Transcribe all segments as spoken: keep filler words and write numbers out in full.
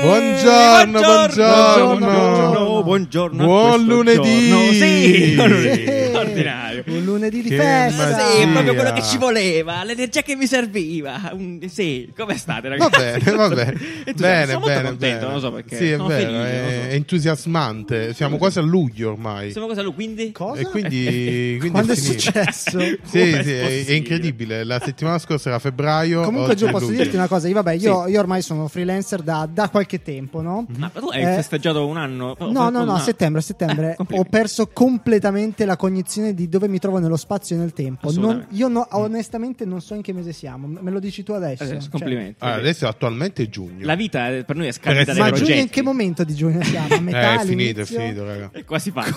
Buongiorno, buongiorno, buongiorno, buongiorno. Buon lunedì. Giorno. Sì, buon lunedì. Sì. Ordinario. Un lunedì di Che festa. magia. Sì, proprio quello che ci voleva, l'energia che mi serviva. Un- Sì, come state, Va ragazzi? bene, va bene. E tu Bene, sono molto bene, contento, bene. non lo so perché. Sì, è sono vero, felice, è, non lo so. è entusiasmante. Siamo quasi a luglio ormai. Siamo cosa lui, quindi? Cosa? E quindi, quindi Quando è finito. successo? Sì, Come sì, è è, è possibile? incredibile. La settimana scorsa era febbraio. Comunque oggi Gio, è posso luglio. dirti una cosa, io vabbè, io, io ormai sono freelancer da, da qualche tempo, no? Ma tu hai Eh, festeggiato un anno? No, no, no, a settembre, a settembre Eh, ho complimenti. perso completamente la cognizione di dove mi trovo nello spazio e nel tempo. Non, Assolutamente. io no, onestamente non so in che mese siamo, me lo dici tu adesso? Eh, Cioè, complimenti. Ah, adesso attualmente è giugno. La vita eh, per noi è scandita Per dai ma essere- giugno in progetti. che momento di giugno siamo? A metà, Eh, è finito, è all'inizio? finito, raga. È quasi fatto.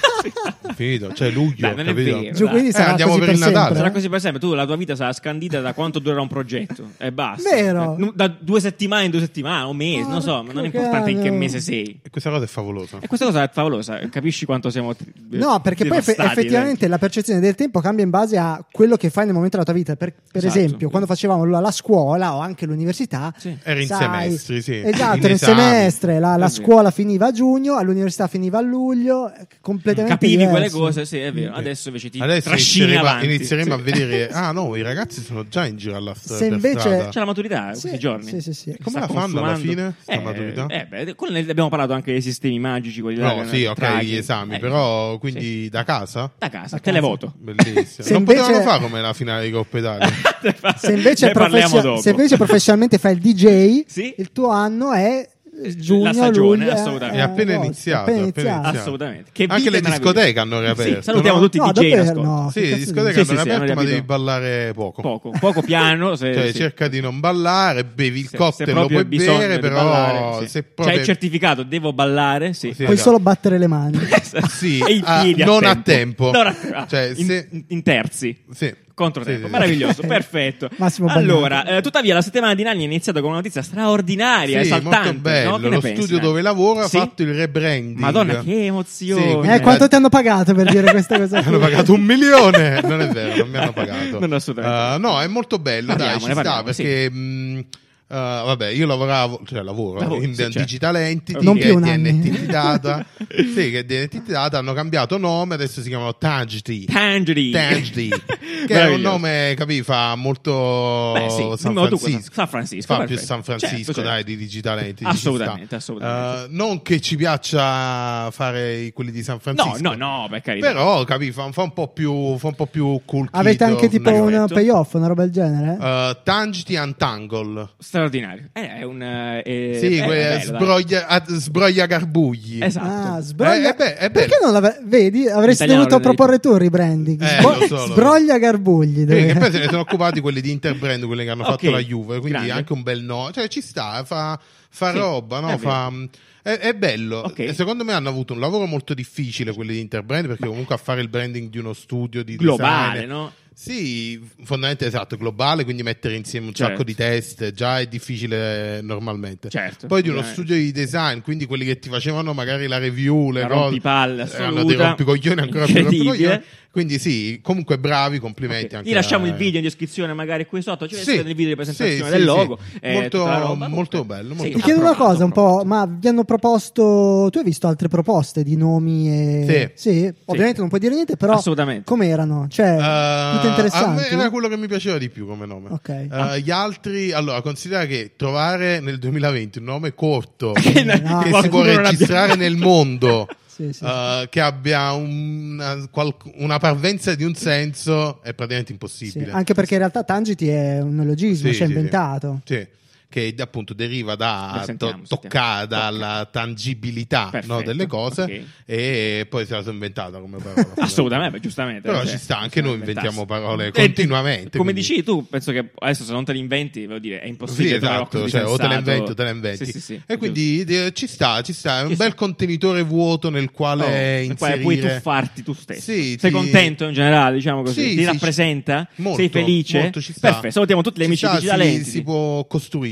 È finito, cioè luglio, Dai, non è capito? vero. Giù, quindi Eh, sarà andiamo così per per il Natale. sempre, Sarà eh? così per sempre. Tu la tua vita sarà scandita da quanto durerà un progetto e basta. Vero. Eh, Da due settimane in due settimane, un mese, non so, ma non è Porca importante in che cavolo. mese sei. E questa cosa è favolosa. E questa cosa è favolosa, capisci quanto siamo tri- No, perché poi effe- devastati, effettivamente la percezione del tempo cambia in base a quello che fai nel momento della tua vita. Per, per Esatto. esempio, quando facevamo la, la scuola o anche l'università, Sì. Era in sai- semestri, sì. Esatto, In era in esami. semestre, la, la È vero. scuola finiva a giugno, all'università finiva a luglio, eh, completamente Capivi quelle diverso. cose, sì, è vero. Adesso invece ti Adesso trascini inizieremo, avanti. inizieremo Sì. a vedere. Ah, no, i ragazzi sono già in giro alla strada. Se per invece- strada. C'è la maturità Sì, questi giorni. sì, sì, sì. Si Come sta la fanno alla consumando. fine, sta Eh, maturità? Eh, beh, quello ne abbiamo parlato anche dei sistemi magici, quelli là No, che- sì, ok, Draghi. gli esami, Eh, però quindi da casa? da casa, Da televoto. Bellissimo. Se non invece- potevano fare come la finale di Coppa Italia. Se invece, ne parliamo professio- dopo. se invece professionalmente fai il D J, Sì. il tuo anno è giugno, La stagione, luglio, assolutamente. È appena agosto, iniziato, appena appena iniziato. iniziato. Assolutamente. Che Anche vite le meravigliose. discoteche hanno riaperto. Sì, salutiamo no? tutti No, i D J in davvero, ascolto. no. Sì, Che le cazzo discoteche Sì, hanno sì, sì, riaperto, hanno ma devi capito. ballare poco. Poco, poco piano. Se, Cioè, sì. cerca di non ballare, bevi il Se- se cocktail, lo proprio puoi hai bisogno bere, di però ballare, sì. se C'hai proprio il certificato, devo ballare, sì. Sì. Puoi esatto. solo battere le mani. Sì, E i ah, piedi a non a tempo. tempo. Non a- Cioè, in, se- in terzi. Sì. Controtempo, Sì, sì, sì. meraviglioso, perfetto. Massimo allora, eh, tuttavia, la settimana di Nanni è iniziata con una notizia straordinaria, Sì, esaltante. molto bello. no? Che ne Lo pensi, studio Nanni? dove lavora Sì? ha fatto il rebranding. Madonna, che emozione! Sì, Eh, quindi- quanto ti hanno pagato per dire questa cosa? Mi hanno qui? pagato un milione. Non è vero, non mi hanno pagato. Non assolutamente. Uh, no, è molto bello. Parliamo, dai, ci ne sta parliamo, perché. mh, uh, vabbè, io lavoravo, cioè lavoro Lavoro, in sì, certo. Digital Entity, Non che più è un D anno. N T Data. Sì, che è D N T Data. Hanno cambiato nome, adesso si chiamano Tangity. Tangeri. Tangity, che è un Meraviglioso. nome, capi, fa molto Beh, sì, San dimmelo tu Francisco. cosa- San Francisco, Fa più perfetto. San Francisco, Certo, certo. dai, di Digital Entity. ci Assolutamente, sta. assolutamente. Uh, non che ci piaccia fare i- quelli di San No, Francisco. no, no, per carità. Però, capi, fa, fa un po' più fa un po' più cool kid Avete anche of tipo New un Perfetto. payoff, una roba del genere? Uh, Tangity Untangle. Straordinario. Eh, È un... eh, È, Sì, è que- bello, dai. sbroglia, ad- sbroglia garbugli. Esatto. Ah, sbroglia. Eh, eh beh, è bello. Perché non l'ave- vedi? Avresti L'italiano dovuto lo devi- proporre tu il rebranding. Eh, Sbro- lo so, lo so. sbroglia garbugli. Sì, dove- che poi se ne sono occupati quelli di Interbrand, quelli che hanno Ok, fatto la Juve, quindi grande. anche un bel no, cioè ci sta, fa, fa Sì, roba, no? è Fa, è, è bello. Ok. E secondo me hanno avuto un lavoro molto difficile quelli di Interbrand, perché comunque a fare il branding di uno studio di Globale, design, no? Sì, fondamentalmente esatto, globale, quindi mettere insieme un Certo. sacco di test già è difficile normalmente. Certo, Poi di uno ovviamente. studio di design, quindi quelli che ti facevano magari la review, le La cose, rompipalle erano dei assoluta. rompicoglioni ancora più Incredibile. rompicoglioni. Quindi sì, comunque bravi, complimenti Ok. anche Gli lasciamo a- il video in descrizione magari qui sotto, ci Sì, vedete il video di presentazione sì, del sì, logo, sì. eh, Molto- tutta la roba. molto bello, molto Sì, bello. Ti chiedo una approvato, cosa un po', approvato. ma vi hanno proposto, tu hai visto altre proposte di nomi e... Sì. Ovviamente non puoi dire niente, però Assolutamente. come erano? Cioè, Eh, tutte a me interessanti? era quello che mi piaceva di più come nome. Ok. Eh, Ah. Gli altri, allora, considera che trovare nel duemilaventi un nome corto Che no, che si può qualcuno non registrare abbia- nel mondo, Sì, sì, eh, che abbia una, qual- una parvenza di un senso, è praticamente sì. impossibile. Anche perché in realtà Tangiti è un neologismo, Sì, cioè sì, inventato. Sì. Sì. Che appunto deriva da Lo sentiamo, to- sentiamo. toccare dalla tangibilità, Perfetto, no, delle cose, ok. e poi se la sono inventata come parola. Assolutamente, beh, giustamente. Però eh, ci sì, sta, anche noi inventarsi. inventiamo parole Eh, continuamente, Come quindi- dici tu, penso che adesso se non te li inventi, voglio dire, è Sì, impossibile trovare esatto, qualcosa di cioè, o te la sensato. invento o te la inventi. Sì, sì, sì, e quindi eh, ci sta, ci sta, è un Ci bel sta. contenitore vuoto nel quale Oh, e poi inserire. puoi tuffarti tu stesso. Sì, sei ti- contento in generale, diciamo così? Sì, ti sì, rappresenta? molto, sei felice? molto, ci sta. Perfetto, salutiamo tutti gli Ci amici sta, digitali. si, si può costruire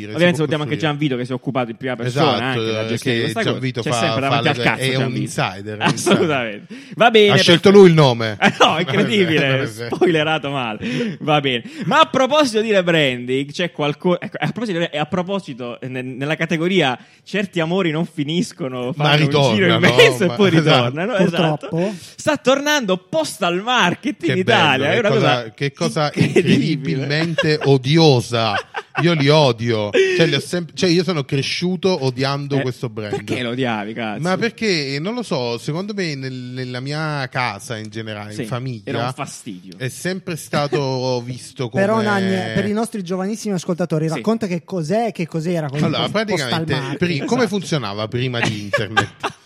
Ovviamente salutiamo anche Gianvito che si è occupato in prima persona, esatto, anche della gestione di questa Gianvito cosa. C'è fa, sempre davanti fa al le, cazzo, è Gianvito. un insider, Assolutamente. Va bene. Ha scelto lui il nome. Eh no, incredibile, spoilerato male. Va bene. Ma a proposito di rebranding, c'è qualcosa. Ecco, a proposito, a proposito ne, nella categoria certi amori non finiscono, fanno ma ritornano, un giro in mese ma, e poi esatto. ritornano. Purtroppo. Esatto. Sta tornando Postal Market in Che Italia. bello, È una che cosa, cosa, che cosa incredibile. incredibilmente odiosa. Io li odio. Cioè, li ho sempre, cioè io sono cresciuto odiando Eh, questo brand. Perché lo odiavi, cazzo? Ma perché, non lo so, secondo me nel- nella mia casa in generale, Sì, in famiglia, era un fastidio. è sempre stato visto come... Però Nani, per i nostri giovanissimi ascoltatori, Sì. racconta che cos'è, che cos'era quel Allora, post- praticamente, Postal Market. pri- come Esatto. funzionava prima di internet?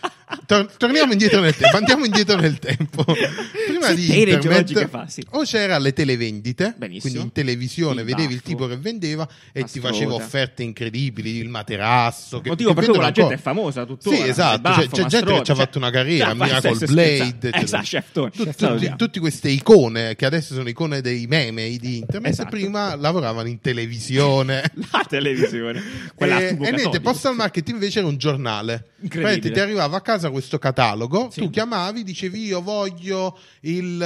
Tor- torniamo indietro nel tempo, andiamo indietro nel tempo. Prima Sì, di te i geologi che internet, fa, sì. o c'era le televendite, Benissimo. quindi in televisione Il vedevi il baffo. tipo che vendeva e La ti stroda. faceva offerte incredibili, il materasso. Che, Motivo che per cui vendono quella gente è ancora. famosa tuttora. Sì, Il esatto, baffo, c'è, c'è gente Mastroda, che ci ha cioè- fatto una carriera, Ah, Miracle stai Blade, scherzando. eccetera. Esatto, Chef Tony. Tut- Chef tutti, Tony. tutte queste icone che adesso sono icone dei meme di internet, Esatto. prima lavoravano in televisione. La televisione. Quella e, tubo e niente, catodico. Postal Market invece era un giornale. Incredibile. Praticamente ti arrivava a casa questo catalogo, Sì. tu chiamavi, dicevi io voglio il,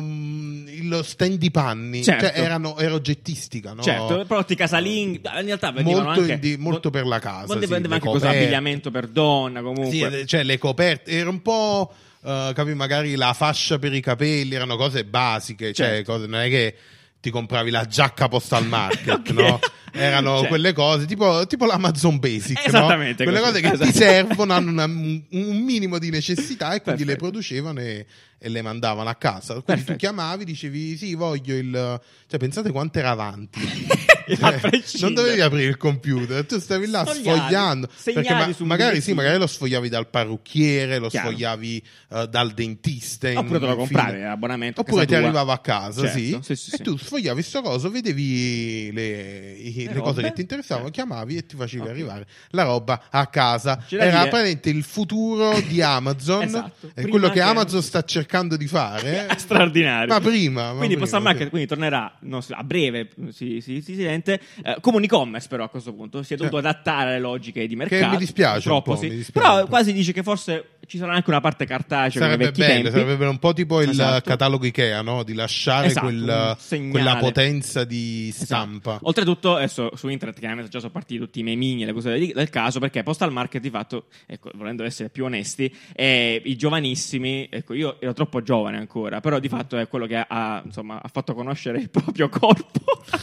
um, il stand di panni, Certo. cioè erano, era oggettistica, no? Certo, prodotti casalinghi, in realtà vendevano Molto anche indi- molto per la casa, Vendevano sì, vendevano le anche cose, coperte. abbigliamento per donna, comunque. Sì, eh, cioè le coperte, era un po', uh, capi, magari la fascia per i capelli, erano cose basiche, cioè Certo. cose, non è che ti compravi la giacca Postal Market, Ok. no? Erano Cioè. quelle cose, tipo, tipo l'Amazon Basic, Esattamente no? Quelle così, cose che esatto. ti servono, hanno una- un, un minimo di necessità e quindi le Perfetto. producevano e, e le mandavano a casa. Quindi Perfetto. tu chiamavi, dicevi sì, voglio il... Cioè, pensate quanto era avanti. A Cioè, prescindere. non dovevi aprire il computer, tu stavi là Sfogliavi, sfogliando. segnavi Perché ma- su un magari sì, bigliettino. magari lo sfogliavi dal parrucchiere, lo Chiaro. sfogliavi eh, dal dentista. in- Oppure te lo infine. compravi, l'abbonamento a Oppure casa ti tua. arrivava a casa, Certo, sì, sì, sì, e sì. tu sfogliavi sto coso, vedevi le, i- le robe. cose che ti interessavano, Certo. chiamavi e ti facevi Ok. arrivare la roba a casa. C'è da Era dire- praticamente il futuro di Amazon, Esatto. è Prima quello che che- Amazon sta cercando di fare. È straordinario. Ma prima, ma quindi prima, Postal sì. Market quindi tornerà non so, a breve, si, si, si sente eh, come un e-commerce, però a questo punto si è dovuto Cioè, adattare alle logiche di mercato. mi dispiace un purtroppo po', sì. mi dispiace Però un po'. quasi dice che forse ci sarà anche una parte cartacea come Sarebbe vecchi bello, tempi. sarebbe un po' tipo il Esatto. catalogo Ikea, no? Di lasciare Esatto, quel- un segnale. quella potenza di Esatto. stampa. Oltretutto, adesso su internet chiaramente già sono partiti tutti i memini e le cose del, del caso, perché Postal Market di fatto, ecco, volendo essere più onesti, è i giovanissimi, ecco, io ero troppo giovane ancora, però di fatto è quello che ha, insomma, ha fatto conoscere il proprio corpo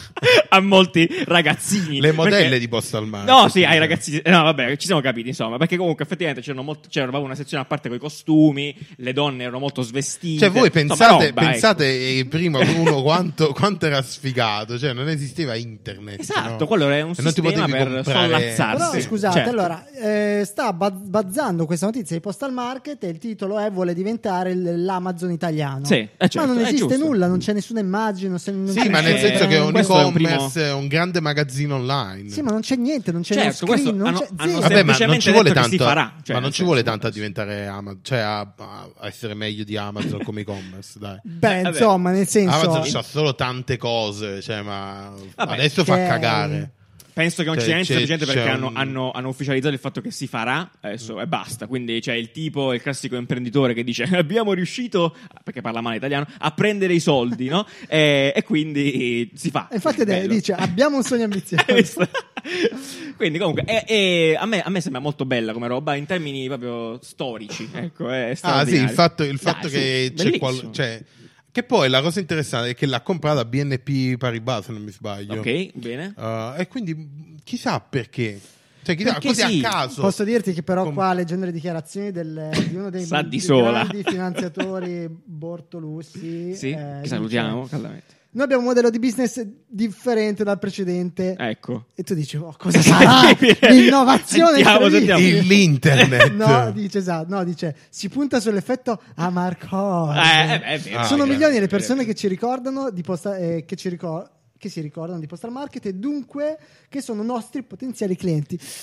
a molti ragazzini. Le modelle Perché- di Postal Market. No, sì, ai ragazzini. No, vabbè, ci siamo capiti, insomma, perché comunque effettivamente c'erano molto, c'era proprio una sezione a parte con i costumi, le donne erano molto svestite. Cioè, voi Insomma, pensate, roba, pensate ecco. eh, prima uno quanto, quanto era sfigato, cioè non esisteva internet. Esatto, no? quello era un E non ti sistema potevi per comprare- sollazzarsi. Però sì, scusate, certo. allora eh, sta baz- bazzando questa notizia di Postal Market e il titolo è vuole diventare il- l'Amazon italiano. Sì, eh, certo, ma non è esiste giusto. nulla, non c'è nessuna immagine. Non c'è- non Sì, c'è ma nel nessun senso che è un brand. questo è un primo- e-commerce, è un grande magazzino online. Sì, ma non c'è niente, non c'è Certo, uno screen, questo non hanno- c'è hanno zero. Vabbè, ma non semplicemente ci vuole detto che si tanto, farà, cioè, ma non nel ci vuole senso- tanto a diventare Amazon, cioè a, a essere meglio di Amazon come e-commerce, dai. Beh, Eh, vabbè. insomma, nel senso Amazon c'ha solo tante cose, cioè, ma Vabbè, adesso fa che- cagare. Penso che non Cioè, ci sia niente c'è- semplicemente c'è perché hanno, un- hanno- hanno ufficializzato il fatto che si farà adesso e basta. Quindi c'è il tipo, il classico imprenditore che dice abbiamo riuscito, perché parla male italiano, a prendere i soldi, no? E, e quindi si fa. E infatti Bello. dice abbiamo un sogno ambizioso. Hai visto? Quindi comunque e- e a, me, a me sembra molto bella come roba in termini proprio storici. Ecco, è Ah, sì, straordinario. il fatto, il Dai, fatto su, che c'è bellissimo. qual- cioè, che poi la cosa interessante è che l'ha comprata B N P Paribas, se non mi sbaglio. Ok, bene. Uh, e quindi chissà perché. Cioè, chissà, Perché così sì. a caso. Posso dirti che però Com- qua leggendo le dichiarazioni del, di uno dei, Sa di dei sola. grandi finanziatori Bortolussi Sì, eh, che salutiamo dice, caldamente. noi abbiamo un modello di business differente dal precedente Ecco. e tu dici oh, cosa sarà l'innovazione Sentiamo, incredibile. sentiamo. L'internet. No, dice esatto, no, dice si punta sull'effetto Amarcord. Eh, eh, è vero. Ah, Sono ok. milioni le persone che ci ricordano di posta- eh, che ci ricor- che si ricordano di Postal Market e dunque che sono nostri potenziali clienti.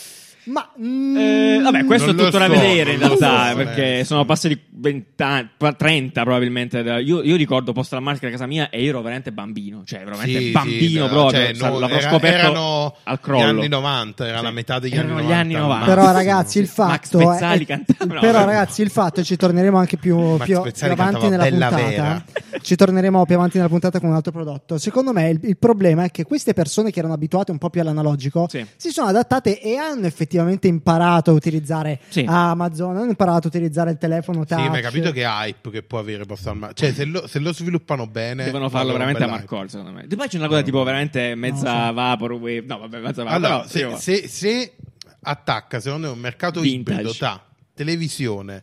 Ma mm, Eh, vabbè, questo è Non lo tutto da so, vedere in non lo realtà, so, perché eh. sono passati venti anni, trenta probabilmente. da- Io, io ricordo Postal Market a casa mia e io ero veramente bambino, cioè veramente Sì, bambino sì, proprio. cioè, Sa- no, l'avrò era- scoperto erano al gli crollo. anni novanta, era Sì. la metà degli Erano anni gli novanta. anni novanta. al però massimo. ragazzi il Max fatto Pezzali è, cantava, però no, ragazzi il fatto, e ci torneremo anche più, Max più, più Pezzali avanti cantava nella Bella puntata Vera. ci torneremo più avanti nella puntata con un altro prodotto. Secondo me il, il problema è che queste persone che erano abituate un po' più all'analogico Sì. si sono adattate e hanno effettivamente imparato a utilizzare Sì. Amazon, hanno imparato a utilizzare il telefono touch. Sì, ma hai capito che hype che può avere Postal Market? Cioè, se lo, se lo sviluppano bene, Devono farlo può avere un veramente a bel hype. Marcor, secondo me. E poi c'è una cosa tipo veramente mezza Non lo so. vaporwave. No, vabbè, mezza vaporwave. Allora, però, se, sì, se, se attacca, secondo me, un mercato Vintage. ibrido tra televisione,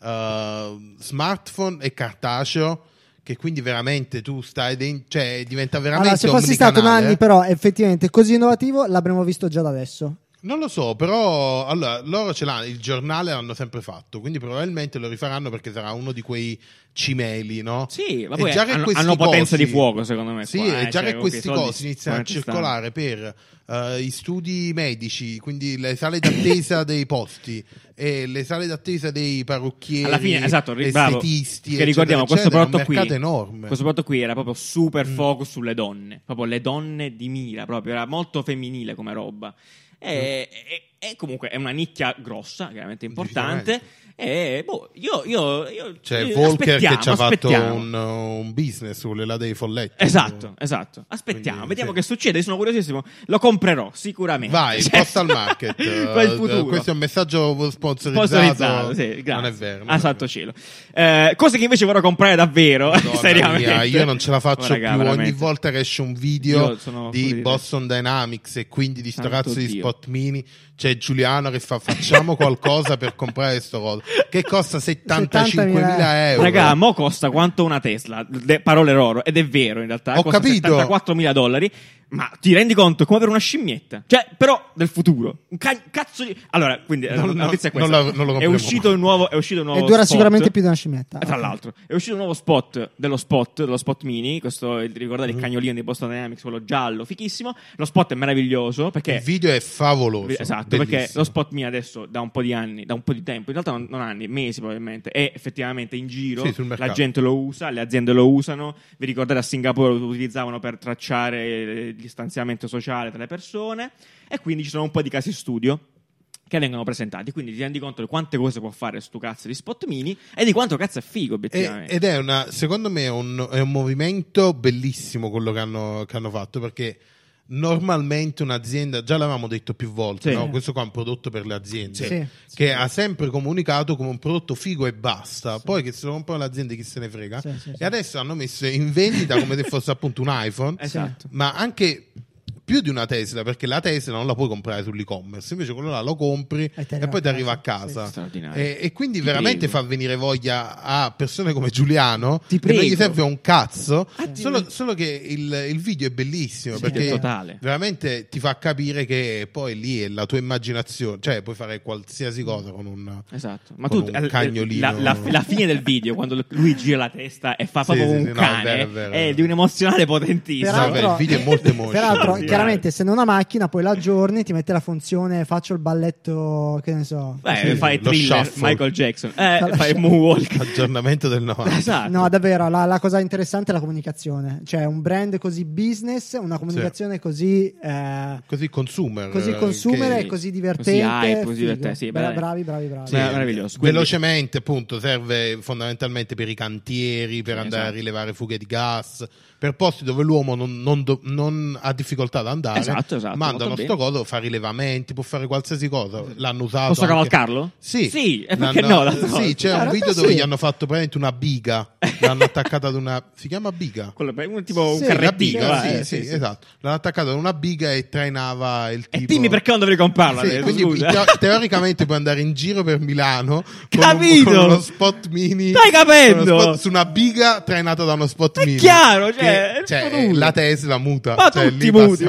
uh, smartphone e cartaceo, che quindi veramente tu stai dentro, cioè diventa veramente Allora, se fossi stato un omnicanale. anni però effettivamente così innovativo l'avremmo visto già da adesso. Non lo so, però allora, loro ce l'hanno, il giornale l'hanno sempre fatto, quindi probabilmente lo rifaranno perché sarà uno di quei cimeli, no? Sì, ma E poi già che hanno, questi hanno potenza cosi- di fuoco, secondo me. Sì, qua, e eh, già cioè, che con questi quei soldi cosi iniziano a ci stanno. circolare per eh, i studi medici, quindi le sale d'attesa dei posti e le sale d'attesa dei parrucchieri, Alla fine, esatto, ri- bravo, estetisti, che ricordiamo, eccetera, questo eccetera, prodotto è un mercato qui, enorme. questo prodotto qui era proprio super Mm. focus sulle donne, proprio le donne di mira, proprio era molto femminile come roba. E, e- e comunque è una nicchia grossa, chiaramente importante. E boh, io, io, io C'è eh, Volker che aspettiamo, ci ha fatto aspettiamo. un, un business sulle là dei folletti. Esatto, esatto. Aspettiamo, Quindi, vediamo sì. che succede. Io sono curiosissimo. Lo comprerò sicuramente. Vai, Cioè, Postal Market. per il eh, futuro. Questo è un messaggio sponsorizzato. Sponsorizzato, sì, grazie. Non è vero. non A è santo vero. cielo. Eh, cose che invece vorrò comprare davvero. Madonna seriamente. mia, io non ce la faccio Oh, raga, più. veramente. Ogni volta che esce un video Io sono di fuori di Boston Dynamics e quindi di sto Santo cazzo di Dio. spot mini, c'è Giuliano che fa facciamo qualcosa per comprare sto coso che costa settantacinquemila euro. Raga, mo costa quanto una Tesla, de- parole loro, ed è vero in realtà, Ho costa capito. settantaquattromila dollari, ma ti rendi conto è come per una scimmietta, cioè però del futuro, un ca- cazzo di... Allora, quindi eh, Non- la notizia è non questa, la- non lo è compreremo uscito il nuovo, è uscito il nuovo E dura spot. sicuramente più di una scimmietta. Eh, Tra Ok. l'altro, è uscito un nuovo spot dello spot, dello spot mini. Questo ricordate Mm. il cagnolino di Boston Dynamics, quello giallo, fichissimo. Lo spot è meraviglioso perché Il video è favoloso. esatto, bellissimo. perché lo spot mini adesso da un po' di anni, da un po' di tempo, in realtà non, non anni, mesi probabilmente, è effettivamente in giro, Sì, sul mercato. la gente lo usa, le aziende lo usano. Vi ricordate a Singapore lo utilizzavano per tracciare il distanziamento sociale tra le persone, e quindi ci sono un po' di casi studio che vengono presentati, quindi ti rendi conto di quante cose può fare sto cazzo di spot mini e di quanto cazzo è figo E- obiettivamente. ed è una, secondo me è un, è un movimento bellissimo quello che hanno, che hanno fatto, perché normalmente un'azienda, già l'avevamo detto più volte, Sì. no? Questo qua è un prodotto per le aziende, Sì. che ha sempre comunicato come un prodotto figo e basta, poi che se lo comprano le aziende chi se ne frega, Sì, sì, e sì. adesso hanno messo in vendita come se fosse appunto un iPhone, Esatto. ma anche più di una Tesla, perché la Tesla non la puoi comprare sull'e-commerce, invece quello là lo compri E ti e arriva poi a ti arriva a casa, casa. sì. Straordinario. E, e quindi Ti veramente prego. fa venire voglia a persone come Giuliano, Ti che non gli prego. serve un cazzo, Ah, ti- solo, solo che il, il video è bellissimo, Sì, perché è totale. veramente ti fa capire che poi lì è la tua immaginazione, cioè puoi fare qualsiasi cosa con un... Esatto, ma con tu un eh, cagnolino. la, la- la fine del video, quando lui gira la testa e fa Sì, proprio sì, un sì, no, è cane, vero, è vero, è, è vero. di un emozionale potentissimo. Vabbè, il video è molto emotion. Peraltro, Sì, chiaramente, se non una macchina, poi la aggiorni, ti mette la funzione faccio il balletto, che ne so. Beh, Sì, fai lo thriller, shuffle. Michael Jackson, eh, Fa lo fai il shuffle. moonwalk. Aggiornamento del novanta. Esatto. No, davvero, la, la cosa interessante è la comunicazione. Cioè, un brand così business, una comunicazione così... eh, Così consumer. così eh, consumer che- e così divertente. Così hype, così figo. divertente, sì, Bra- beh. bravi, bravi, bravi. Sì. meraviglioso. Quindi- Velocemente, appunto, serve fondamentalmente per i cantieri, per Sì, andare esatto. a rilevare fughe di gas, per posti dove l'uomo non, non do- non ha difficoltà ad andare. Esatto, esatto, Mandano molto sto bene. coso, fa rilevamenti, può fare qualsiasi cosa. L'hanno usato. Posso anche- cavalcarlo? Sì, Sì, e perché L'hanno- no? d'altra Sì, volta? c'è In un realtà video dove sì. gli hanno fatto praticamente una biga. L'hanno attaccata ad una. Si chiama biga? Quello per- un tipo un Sì, Una carrettino. biga, va, sì, eh, sì, esatto. L'hanno attaccata ad una biga e trainava il tipo. E dimmi perché non dovrei comprarla. Sì, adesso, quindi scusa. teo- teoricamente puoi andare in giro per Milano con, un, Capito? con uno spot mini. Stai capendo? con uno spot- su una biga trainata da uno spot È mini. chiaro, cioè, Che- è il cioè, futuro. la Tesla muta. Ma cioè, tutti lì muti, passi a fare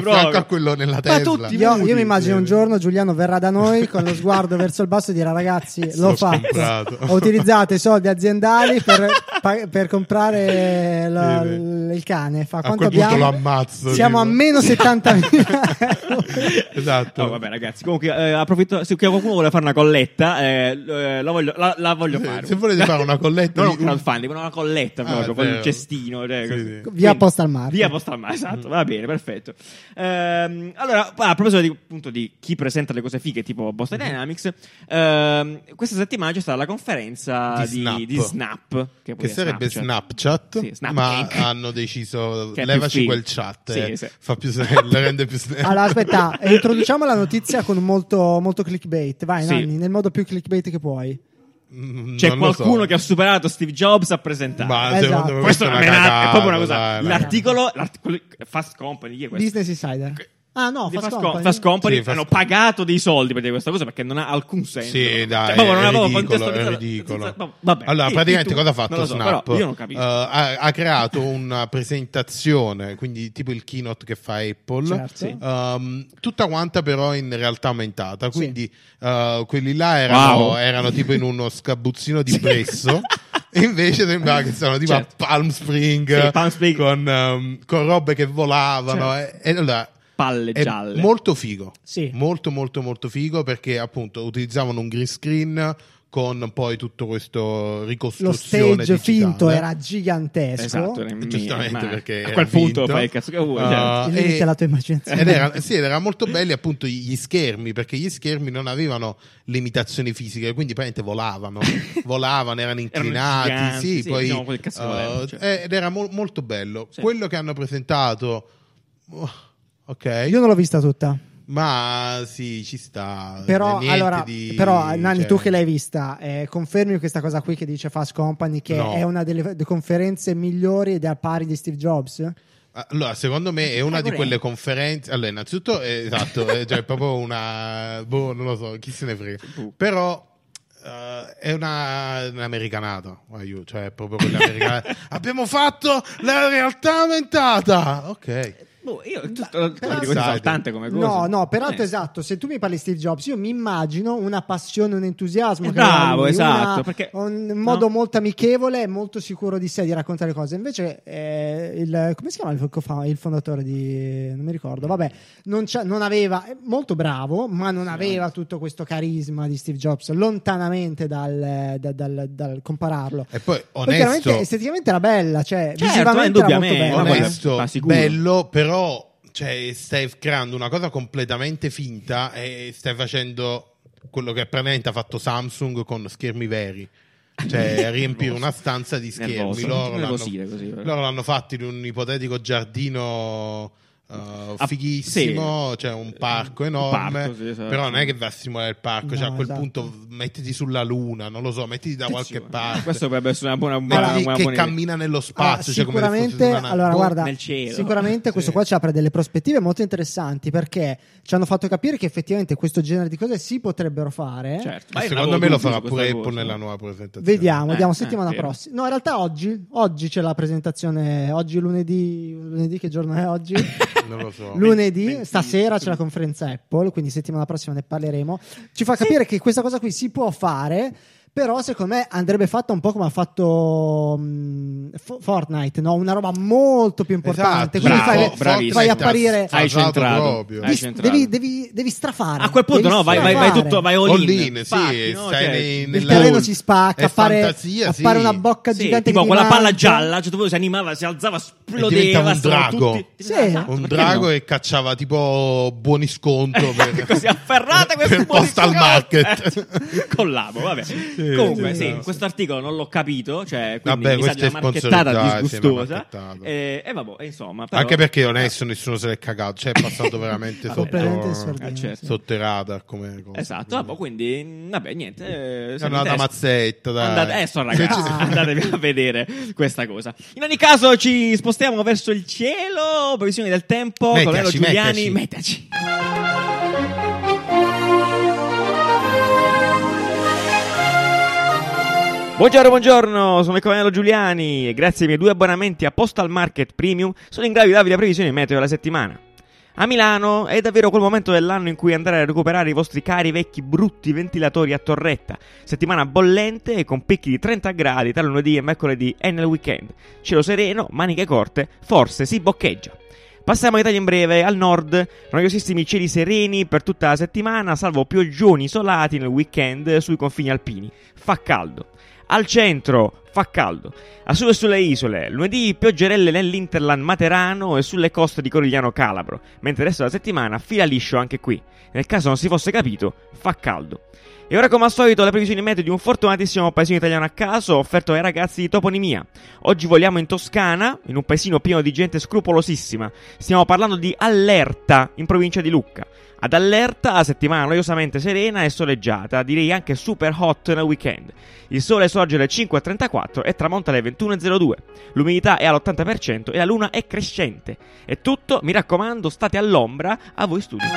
fianco a quello nella Ma Tesla. tutti Io, muti. io mi immagino un giorno Giuliano verrà da noi con lo sguardo verso il basso e dirà: ragazzi, l'ho L'ho fatto, comprato. ho utilizzato i soldi aziendali per, pa- per comprare la- Sì, l- il cane. Fa A quanto quel punto abbiamo? lo ammazzo. Siamo a tipo. meno settantamila euro. Esatto. Oh, vabbè, ragazzi, comunque eh, approfitto. Se qualcuno vuole fare una colletta, eh, eh, la, voglio, la, la voglio Sì, fare. se volete fare una colletta non di- un crowdfunding, ma una colletta Ah, proprio con vero. il cestino. Cioè, Sì, così. sì. Via Quindi- Postal Market. Via Postal Market, esatto, va bene, perfetto. Ehm, allora, a proposito di, appunto, di chi presenta le cose fighe tipo Boston Dynamics, ehm, questa settimana c'è stata la conferenza Di di, Snap. di Snap, che, poi Che è sarebbe Snapchat. Snapchat, Sì, Snap ma Inc. hanno deciso Che è più levaci figo. quel chat, Sì, eh, sì. fa più snello, rende più snello. Allora, aspetta, eh, introduciamo la notizia con molto, molto clickbait. Vai, Sì. Nanni, nel modo più clickbait che puoi. Mm, C'è non lo so. qualcuno che ha superato Steve Jobs a presentare. Ma Esatto. secondo me Questo è, una menata, cagata, è proprio una cosa. dai, dai. l'articolo, l'articolo Fast Company, chi è questo? Business Insider. Ah, no, Di Fast Fast, Company. Com- Fast Company Sì, Fast hanno Com- pagato dei soldi per dire questa cosa perché non ha alcun senso. Sì, dai, Cioè, proprio non è avevo ridicolo, contestualizzato- è ridicolo. senza- no, vabbè, Allora, sì, praticamente tu- cosa ha non fatto lo so, Snap? però io non capisco. Uh, ha, ha creato una presentazione, quindi tipo il keynote che fa Apple, Certo. Sì. um, tutta quanta però in realtà aumentata. Quindi uh, quelli là erano, Wow. erano tipo in uno scabuzzino di presso. E invece sembrava che stavano tipo Certo. a Palm Spring, Sì, Palm Spring. Con, um, con robe che volavano. Certo. E, e allora, Palle è gialle. molto figo. Sì. Molto molto molto figo perché appunto utilizzavano un green screen con poi tutto questo Lo ricostruzione stage digitale. finto era gigantesco. Esatto, era in- Giustamente, ma perché a era quel punto finto. fai il cazzo che vuoi. Uh, certo. Il limite e- è la tua immaginazione. Ed era, sì, ed era molto belli appunto gli schermi, perché gli schermi non avevano limitazioni fisiche, quindi praticamente volavano, volavano, erano inclinati, giganti, sì, sì, poi, diciamo quel cazzo che uh, volevano, cioè. eh, ed era mo- molto bello. Sì. Quello che hanno presentato, oh, ok, Io non l'ho vista tutta. ma sì, ci sta. Però, niente allora, di- però Nanni, cioè- tu che l'hai vista, eh, confermi questa cosa qui che dice Fast Company, che No. è una delle delle conferenze migliori ed è al pari di Steve Jobs? Allora, secondo me è una di Cagorè. quelle conferenze. Allora, innanzitutto, è, esatto, è cioè, proprio una. Boh, non lo so, chi se ne frega. Boh. Però. eh, è una, un'americanata, aiuto, cioè è proprio quell'americanata. Abbiamo fatto la realtà aumentata. Ok. Boh, io tutto, però- tutto di questo Sai, esaltante come cosa. No, no, peraltro Eh. esatto, se tu mi parli di Steve Jobs, io mi immagino una passione, un entusiasmo. Eh, che aveva bravo, lui, esatto, una- perché- un modo no? molto amichevole e molto sicuro di sé di raccontare cose. Invece, eh, il, come si chiama il, co- il fondatore di. Non mi ricordo, vabbè, non, c'ha- non aveva, è molto bravo, ma non aveva tutto questo carisma di Steve Jobs, lontanamente dal, dal, dal- dal compararlo. E poi, Poi chiaramente onesto, esteticamente era bella, cioè Certo, visivamente era molto indubbiamente, bella. ma guarda, onesto, ma sicuro. bello, però cioè, stai creando una cosa completamente finta e stai facendo quello che praticamente ha fatto Samsung con schermi veri. Cioè, riempire una stanza di schermi. Nervoso, Loro non l'hanno, nervosire così, però. loro l'hanno fatto in un ipotetico giardino uh, Ah, fighissimo, sì. cioè un parco enorme. parco, sì, esatto. Però non è che vai a simulare il parco, No, cioè a quel esatto. punto mettiti sulla luna, non lo so, mettiti da qualche parte. Questo potrebbe essere una buona, buona, Mettiti una che buona idea. cammina nello Ah, spazio, cioè come se fosse sicuramente, una- allora, boh, guarda, nel cielo. sicuramente questo Sì. qua ci apre delle prospettive molto interessanti perché ci hanno fatto capire che effettivamente questo genere di cose si potrebbero fare. Certo. Ma io secondo avevo me lo dubbi farà su pure questa Apple cosa. nella nuova presentazione. Vediamo, vediamo Eh, settimana eh, vero. prossima. No, in realtà oggi, oggi c'è la presentazione, oggi lunedì, lunedì che giorno è oggi? Non lo so. Lunedì, venti stasera c'è la conferenza Apple, quindi settimana prossima ne parleremo. Ci fa capire che questa cosa qui si può fare, però secondo me andrebbe fatta un po' come ha fatto mh, F- Fortnite, no? Una roba molto più importante. Esatto, quindi bravo, fai, bravissimo. fai apparire... Hai Fasato centrato. proprio. Hai devi, centrato. devi, devi, devi strafare. A quel punto Devi no, vai, vai, vai strafare. tutto, vai all All in. in, sì, Infatti, no? stai Cioè, nei- Il nella- terreno si spacca, è appare, fantasia, sì. appare una bocca sì, gigante tipo che quella ti palla mangia. gialla, a un certo punto si animava, si alzava, diventava esplodeva, un stavano drago. tutti- Sì. Esatto, Un perché drago no? e cacciava tipo buoni sconto per, Così afferrate questi per buoni postal sconti. market. Eh, con l'amo, vabbè. Comunque, sì, sì, no. questo articolo non l'ho capito, cioè, quindi Vabbè, mi sa questo di è una marchettata sponsorizzato, sì, una disgustosa. marchettata. E, e vabbè, insomma, però, Anche perché onesto nessuno se l'è cagato, cioè è passato veramente sotto, Completamente in sordina. Eh, certo. sotto i radar come cosa. Esatto, vabbè, quindi vabbè, niente. Eh, È se una vi interessa- mazzetta, dai. Andate, eh, so, Se ragazzi, ci- andatevi a vedere questa cosa. In ogni caso, ci spostiamo verso il cielo. Previsioni del tempo. Mettaci, Colonnello Giuliani, mettaci. mettaci. Buongiorno, buongiorno, sono il Colonnello Giuliani e grazie ai miei due abbonamenti a Postal Market Premium sono in grado di darvi la previsione meteo della settimana. A Milano è davvero quel momento dell'anno in cui andare a recuperare i vostri cari vecchi brutti ventilatori a torretta. Settimana bollente e con picchi di trenta gradi tra lunedì e mercoledì e nel weekend. Cielo sereno, maniche corte, forse si boccheggia. Passiamo all'Italia in breve, al nord, noiosissimi cieli sereni per tutta la settimana, salvo pioggioni isolati nel weekend sui confini alpini. Fa caldo. Al centro fa caldo. A sud e sulle isole, lunedì pioggerelle nell'Interland Materano e sulle coste di Corigliano Calabro, mentre il resto della settimana fila liscio anche qui. Nel caso non si fosse capito, fa caldo. E ora come al solito le previsioni meteo di un fortunatissimo paesino italiano a caso offerto ai ragazzi di Toponimia. Oggi voliamo in Toscana, in un paesino pieno di gente scrupolosissima. Stiamo parlando di Allerta, in provincia di Lucca. Ad Allerta la settimana noiosamente serena e soleggiata, direi anche super hot nel weekend. Il sole sorge alle cinque e trentaquattro e tramonta alle ventuno e zero due. L'umidità è all'ottanta per cento e la luna è crescente. È tutto, mi raccomando, state all'ombra, a voi studio.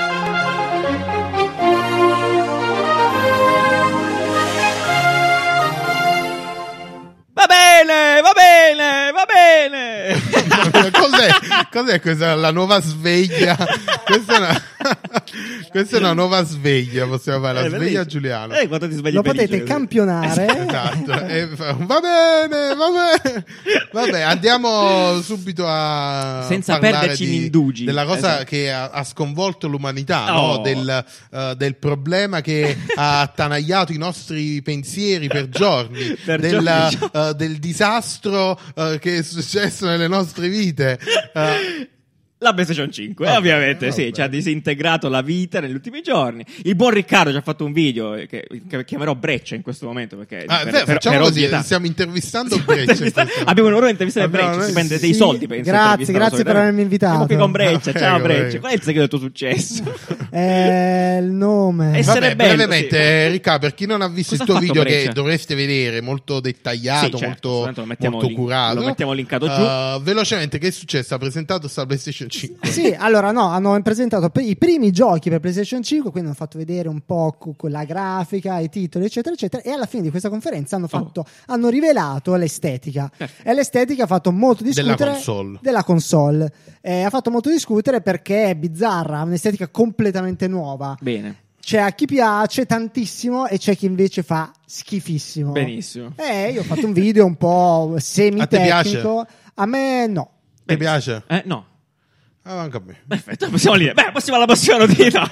Va bene, va bene, va bene. cos'è, cos'è questa? La nuova sveglia? Questa è una, questa è una nuova sveglia. Possiamo fare la Eh, sveglia vedi? Giuliano. Eh, quando ti svegli Lo felice, potete così. campionare. Esatto. E fa- va bene, va bene. Vabbè, andiamo subito a Senza parlare perderci di- in indugi. della cosa Esatto. che ha, ha sconvolto l'umanità, Oh. no? del, eh, del problema che ha attanagliato i nostri pensieri per giorni, Per del, giorni. eh, del disastro eh, che è successo nelle nostre vite. Eh, La PlayStation cinque, Vabbè, ovviamente, sì, vabbè. ci ha disintegrato la vita negli ultimi giorni. Il buon Riccardo ci ha fatto un video che, che chiamerò Breccia in questo momento perché Ah, per- beh, per- facciamo per così, ovvietà. stiamo intervistando Stiamo Breccia in intervista- questo Abbiamo un'ora di intervistare Abbiamo Breccia, si noi- prende dei sì, soldi per grazie, intervistarlo grazie per avermi invitato. Siamo qui con Breccia, Ah, ciao prego, Breccia. prego. Qual è il segreto del tuo successo? Eh, il nome. Eh, Vabbè, Essere bello, brevemente, sì. Riccardo, per chi non ha visto Cosa il tuo ha fatto video Breccia? che dovreste vedere, molto dettagliato, Sì, certo, molto, soltanto lo mettiamo molto link- curato, lo mettiamo linkato giù. Uh, velocemente, che è successo? Ha presentato sta PlayStation cinque. Sì, allora no, hanno presentato i primi giochi per PlayStation cinque, quindi hanno fatto vedere un po' co- con la grafica, i titoli, eccetera, eccetera, e alla fine di questa conferenza hanno, fatto, hanno rivelato l'estetica. Perfetto. E l'estetica ha fatto molto Della discutere console. della console. Eh, ha fatto molto discutere perché è bizzarra, ha un'estetica completamente nuova. Bene, C'è a chi piace tantissimo e c'è chi invece fa schifissimo. benissimo. Eh, io ho fatto un video un po' semitecnico. A me no. Ti piace? Eh, no. Ah, anche a me. Perfetto, possiamo lì. Beh, passiamo alla prossima notizia.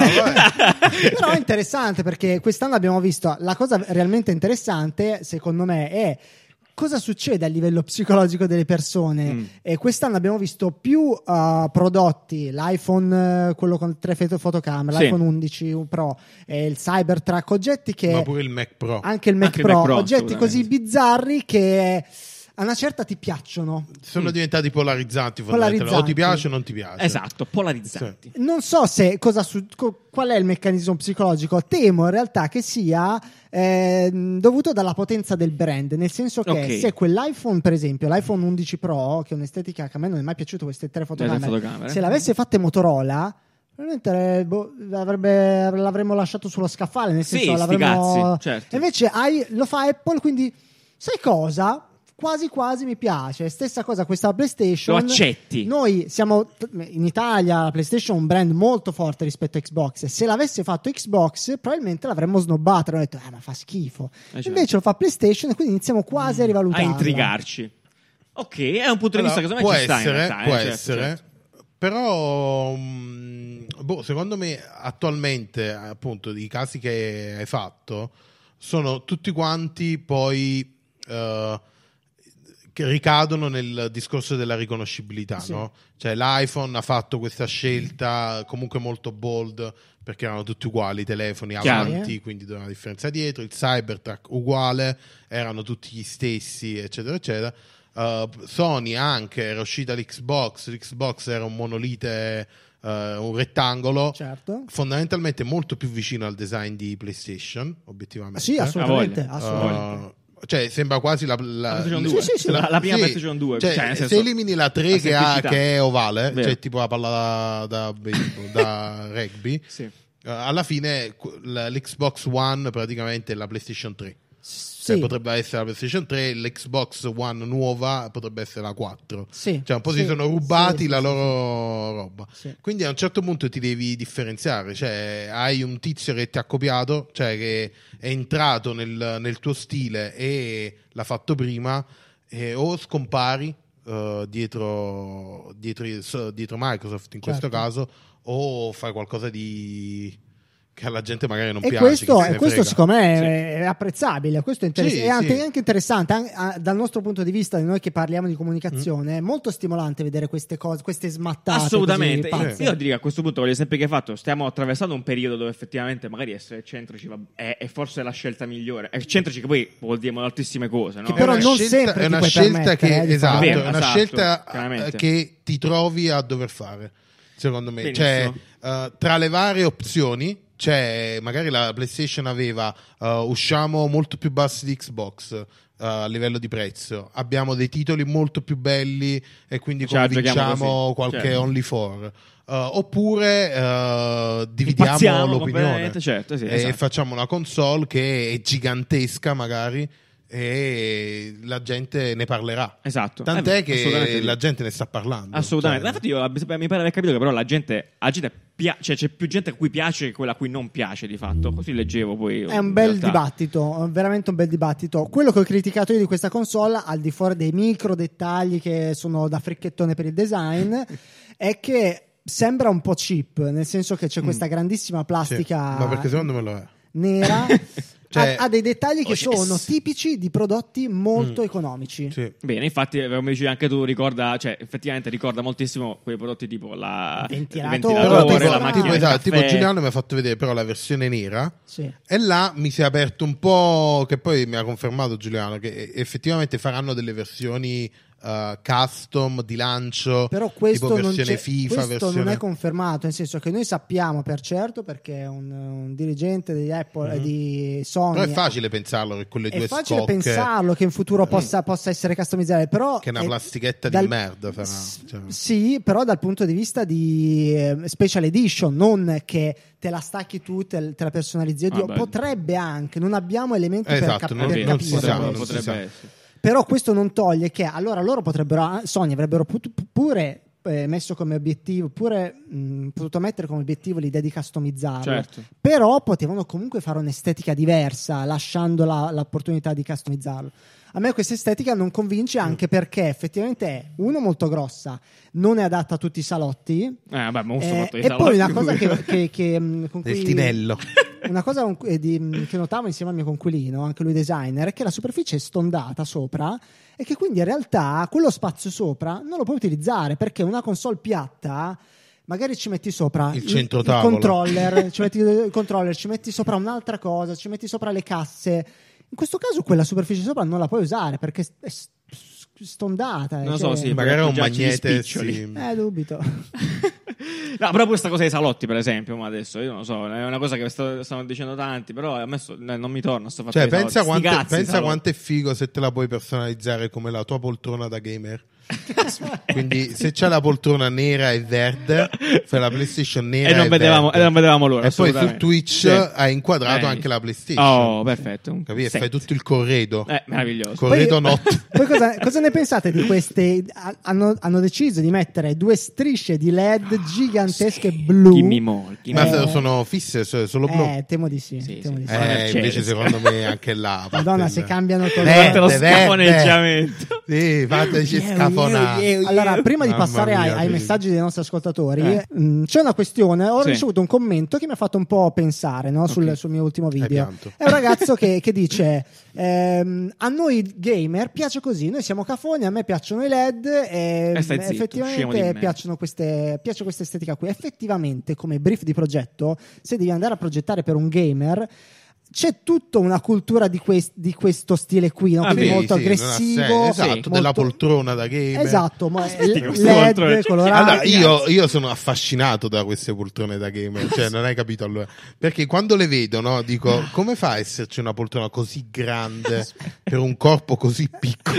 Però è interessante perché quest'anno abbiamo visto la cosa realmente interessante, secondo me, è cosa succede a livello psicologico delle persone. Mm. E quest'anno abbiamo visto più uh, prodotti, l'iPhone, uh, quello con tre foto- fotocamere, Sì. l'iPhone undici Pro, e il Cybertruck, oggetti che Ma pure il Mac Pro. anche il Mac Anche il Pro, Mac Pro, oggetti assolutamente. così bizzarri che a una certa ti piacciono. Sono diventati polarizzanti, fondamentalmente. O Polarizzanti. ti piace o non ti piace. Esatto, polarizzanti. Non so se cosa su- co- qual è il meccanismo psicologico. Temo in realtà che sia eh, dovuto dalla potenza del brand, nel senso che Ok. se quell'iPhone, per esempio, l'iPhone undici Pro, che è un'estetica che a me non è mai piaciuto, queste tre fotocamere, fotocamere. se l'avesse fatte Motorola, probabilmente eh, boh, avrebbe- l'avremmo lasciato sullo scaffale, nel Sì, senso sti l'avremmo... cazzi, certo. E invece hai- lo fa Apple, quindi sai cosa? Quasi quasi mi piace. Stessa cosa questa PlayStation. Lo accetti. Noi siamo in Italia, la PlayStation è un brand molto forte rispetto a Xbox. Se l'avesse fatto Xbox, probabilmente l'avremmo snobbato. Avremmo detto, eh, ma fa schifo. certo. Invece lo fa PlayStation e quindi iniziamo quasi a A rivalutarla. intrigarci. Ok, è un punto di vista Allora, che secondo me può ci sta in essere, realtà, eh, può certo, essere. certo. Però mh, boh, secondo me attualmente appunto i casi che hai fatto sono tutti quanti poi eh, che ricadono nel discorso della riconoscibilità, Sì. no? Cioè l'iPhone ha fatto questa scelta comunque molto bold perché erano tutti uguali i telefoni Chiaro. avanti, quindi dove una differenza dietro, il Cybertruck uguale, erano tutti gli stessi, eccetera eccetera. Uh, Sony anche era uscita l'Xbox, l'Xbox era un monolite, uh, un rettangolo, Certo. fondamentalmente molto più vicino al design di PlayStation, obiettivamente. Sì, assolutamente. voglia. assolutamente. Uh, cioè sembra quasi la, la, La PlayStation la- due. Sì, sì, sì. La, la prima sì, PlayStation due. cioè, Cioè, nel senso, se elimini la tre la che, ha, semplicità. che è ovale, Vero. cioè tipo la palla da, da, baseball, da rugby, Sì. uh, alla fine qu- la- l'Xbox One praticamente è la PlayStation tre. Sì. Cioè, potrebbe essere la PlayStation tre, l'Xbox One nuova potrebbe essere la quattro. Sì. Cioè un po' Sì. si sono rubati Sì, la sì, loro roba. Sì. Quindi a un certo punto ti devi differenziare. Cioè hai un tizio che ti ha copiato, cioè che è entrato nel, nel tuo stile e l'ha fatto prima, e o scompari uh, dietro, dietro, dietro Microsoft in questo Certo. caso, o fai qualcosa di... che alla gente magari non E piace. questo, chi se e ne questo frega. secondo me Sì. è apprezzabile, questo è, interess- Sì, è anche, sì. anche interessante an- a- dal nostro punto di vista, di noi che parliamo di comunicazione, Mm. è molto stimolante vedere queste cose, queste smattate Assolutamente. così Io, pazze. io dico a questo punto, con gli esempi che hai fatto, stiamo attraversando un periodo dove effettivamente magari essere eccentrici va- è, è forse la scelta migliore. Eccentrici che poi vuol dire moltissime cose, no? Che però È una non scelta- sempre è ti una puoi scelta permettere, che eh, di esatto, fare. Vero, è una esatto, scelta chiaramente. eh, che ti trovi a dover fare, secondo me. Benissimo. Cioè, eh, tra le varie opzioni, cioè magari la PlayStation aveva eh, usciamo molto più bassi di Xbox eh, a livello di prezzo, abbiamo dei titoli molto più belli e quindi Ce la giochiamo convinciamo così, qualche certo. only for. Uh, oppure uh, dividiamo Impazziamo l'opinione completamente, certo, sì, e esatto. facciamo una console che è gigantesca magari e la gente ne parlerà. Esatto. Tant'è Eh, assolutamente che sì. la gente ne sta parlando. Assolutamente. Cioè, Infatti, io mi pare di aver capito che però la gente, la gente pia- cioè c'è più gente a cui piace che quella a cui non piace di fatto. Così leggevo poi. È un in bel realtà. dibattito, veramente un bel dibattito. Quello che ho criticato io di questa console, al di fuori dei micro dettagli che sono da fricchettone per il design, è che sembra un po' cheap, nel senso che c'è questa grandissima sì. plastica Ma perché secondo me lo è. nera. Cioè- ha, ha dei dettagli che Oh, sono yes. tipici di prodotti molto economici. Sì. Bene, infatti, come dicevi anche tu, ricorda, cioè, effettivamente ricorda moltissimo quei prodotti tipo la, Il il ventilatore, Però ventilatore, tipo, la la macchina tipo, del esatto, tipo caffè. Giuliano mi ha fatto vedere però la versione nera Sì. e là mi si è aperto un po', che poi mi ha confermato Giuliano, che effettivamente faranno delle versioni uh, custom di lancio, Però questo, tipo non, versione c'è- FIFA, questo versione... non è confermato, nel senso che noi sappiamo per certo, perché un, un dirigente di Apple e di Sony Però è facile pensarlo che con le è due facile scocche pensarlo che in futuro possa, possa essere customizzabile, però che è una è- plastichetta dal- di merda sarà, S- cioè. sì, però dal punto di vista di eh, special edition, non che te la stacchi tu, te, te la personalizzi. Oddio, Ah, beh. potrebbe anche, non abbiamo elementi Eh, per, esatto, cap- non- per Sì, non si capire sa, questo. non si potrebbe sa. essere. Però questo non toglie che allora loro potrebbero, Sony avrebbero put- pure eh, messo come obiettivo, pure mh, potuto mettere come obiettivo l'idea di customizzarlo. Certo. Però potevano comunque fare un'estetica diversa, lasciando la- l'opportunità di customizzarlo. A me questa estetica non convince, anche perché effettivamente è uno molto grossa, non è adatta a tutti i salotti. Eh, vabbè, ma un Eh, sotto e poi una cosa che, che, che, mh, con Del cui tinello. una cosa con cui- di- mh, che notavo insieme al mio coinquilino, anche lui designer, è che la superficie è stondata sopra e che quindi in realtà quello spazio sopra non lo puoi utilizzare, perché una console piatta magari ci metti sopra Il il, centro il tavola. controller, ci metti il controller, ci metti sopra un'altra cosa, ci metti sopra le casse. In questo caso quella superficie sopra non la puoi usare perché è s- s- stondata. Non lo cioè- so, sì. Magari è un Già ci magnete spiccioli. sì. Eh, dubito. No, però questa cosa dei salotti, per esempio, ma adesso io non lo so, è una cosa che sto- stanno dicendo tanti, però a me so- eh, non mi torna sto fatto Cioè, dei pensa, salotti. Sti quanto, cazzi, pensa salotti. quanto è figo se te la puoi personalizzare come la tua poltrona da gamer. Quindi se c'è la poltrona nera e verde, fai la PlayStation nera E non vedevamo, verde. e non vedevamo l'ora. E poi su assolutamente. Twitch Sì. hai inquadrato Eh. anche la PlayStation. Oh, perfetto. un Capì? E set. fai tutto il corredo. Eh, meraviglioso. Corredo Poi- notte. Poi cosa, cosa ne pensate di queste? ha- Hanno, hanno deciso di mettere due strisce di L E D gigantesche blu. Gimme more, gimme Ma Eh, more. sono fisse, so- solo blu. Eh, temo di sì. Sì, temo sì. di sì. Eh, Eh, Mercedes. invece secondo me anche là. parte Madonna, il- se cambiano colore. Guardate lo Verde, verde. scafoneggiamento. Sì, fateci Yeah, scafonare. yeah, yeah. Allora, prima di Mamma passare ai, mia, ai sì. messaggi dei nostri ascoltatori, Eh. mh, c'è una questione. Ho Sì. ricevuto un commento che mi ha fatto un po' pensare, no, sul, Ok. sul mio ultimo video. pianto. È un ragazzo che, che dice: ehm, a noi gamer piace così, noi siamo cafoni, a me piacciono i L E D e E stai zitto, scemo di effettivamente merda. piacciono queste, piace questa estetica qui. Effettivamente, come brief di progetto, se devi andare a progettare per un gamer, c'è tutta una cultura di, quest- di questo stile qui, no? Ah, Quindi sì, molto sì, non ha aggressivo, senso. Esatto, molto- della poltrona da gamer. Esatto, ma Aspetti, L- questo L E poltrone. D colorati. Allora, io, io sono affascinato da queste poltrone da gamer, cioè non hai capito allora. Perché quando le vedo, no, dico, come fa a esserci una poltrona così grande per un corpo così piccolo?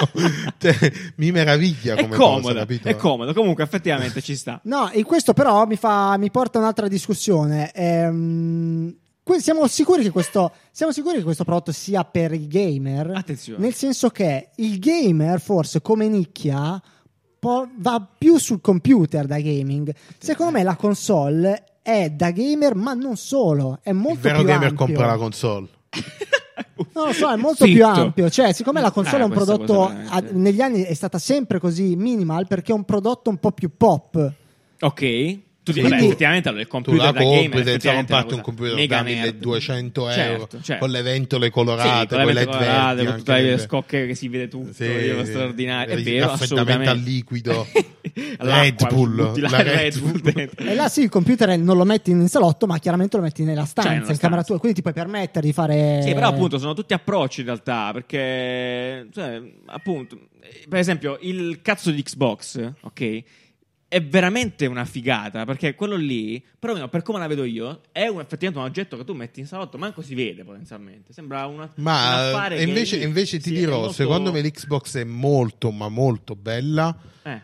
Cioè, mi meraviglia È come cosa, comodo, capito? è comodo. Comunque, effettivamente ci sta. No, in questo però mi, fa, mi porta a un'altra discussione. Ehm, que- siamo sicuri che questo siamo sicuri che questo prodotto sia per i gamer? Attenzione. Nel senso che il gamer forse come nicchia po- va più sul computer da gaming. Secondo me la console è da gamer, ma non solo, è molto Il vero più gamer ampio. compra la console. Non lo so, è molto Zitto. più ampio. Cioè, siccome la console Eh, è un questa prodotto cosa veramente- a- negli anni è stata sempre così minimal perché è un prodotto un po' più pop. Ok. Tu dici, Quindi- vabbè, effettivamente allora, il Tu computer la da gamer compri senza effettivamente è una comparti un cosa computer mega da nerd. milleduecento euro Certo, certo. con le ventole Sì, colorate, con con le le ventole led colorate, verdi, con tutte anche le le- scocche che si vede tutto, Sì, io, sì. straordinario. È Il vero, raffreddamento assolutamente. al liquido. L'acqua, Red Bull, butti la la Red Red Bull Bull. dentro. E là sì, il computer non lo metti in salotto, ma chiaramente lo metti nella stanza, Cioè, nella in camera stanza. tua, quindi ti puoi permettere di fare. Sì, però appunto sono tutti approcci in realtà, perché cioè, appunto, eh, per esempio, il cazzo di Xbox, ok? È veramente una figata, perché quello lì, però per come la vedo io, è un, effettivamente un oggetto che tu metti in salotto, manco si vede potenzialmente. Sembra una, un Ma affare e che invece, lì- invece ti sì, è dirò, molto- secondo me l'Xbox è molto, ma molto bella, Eh,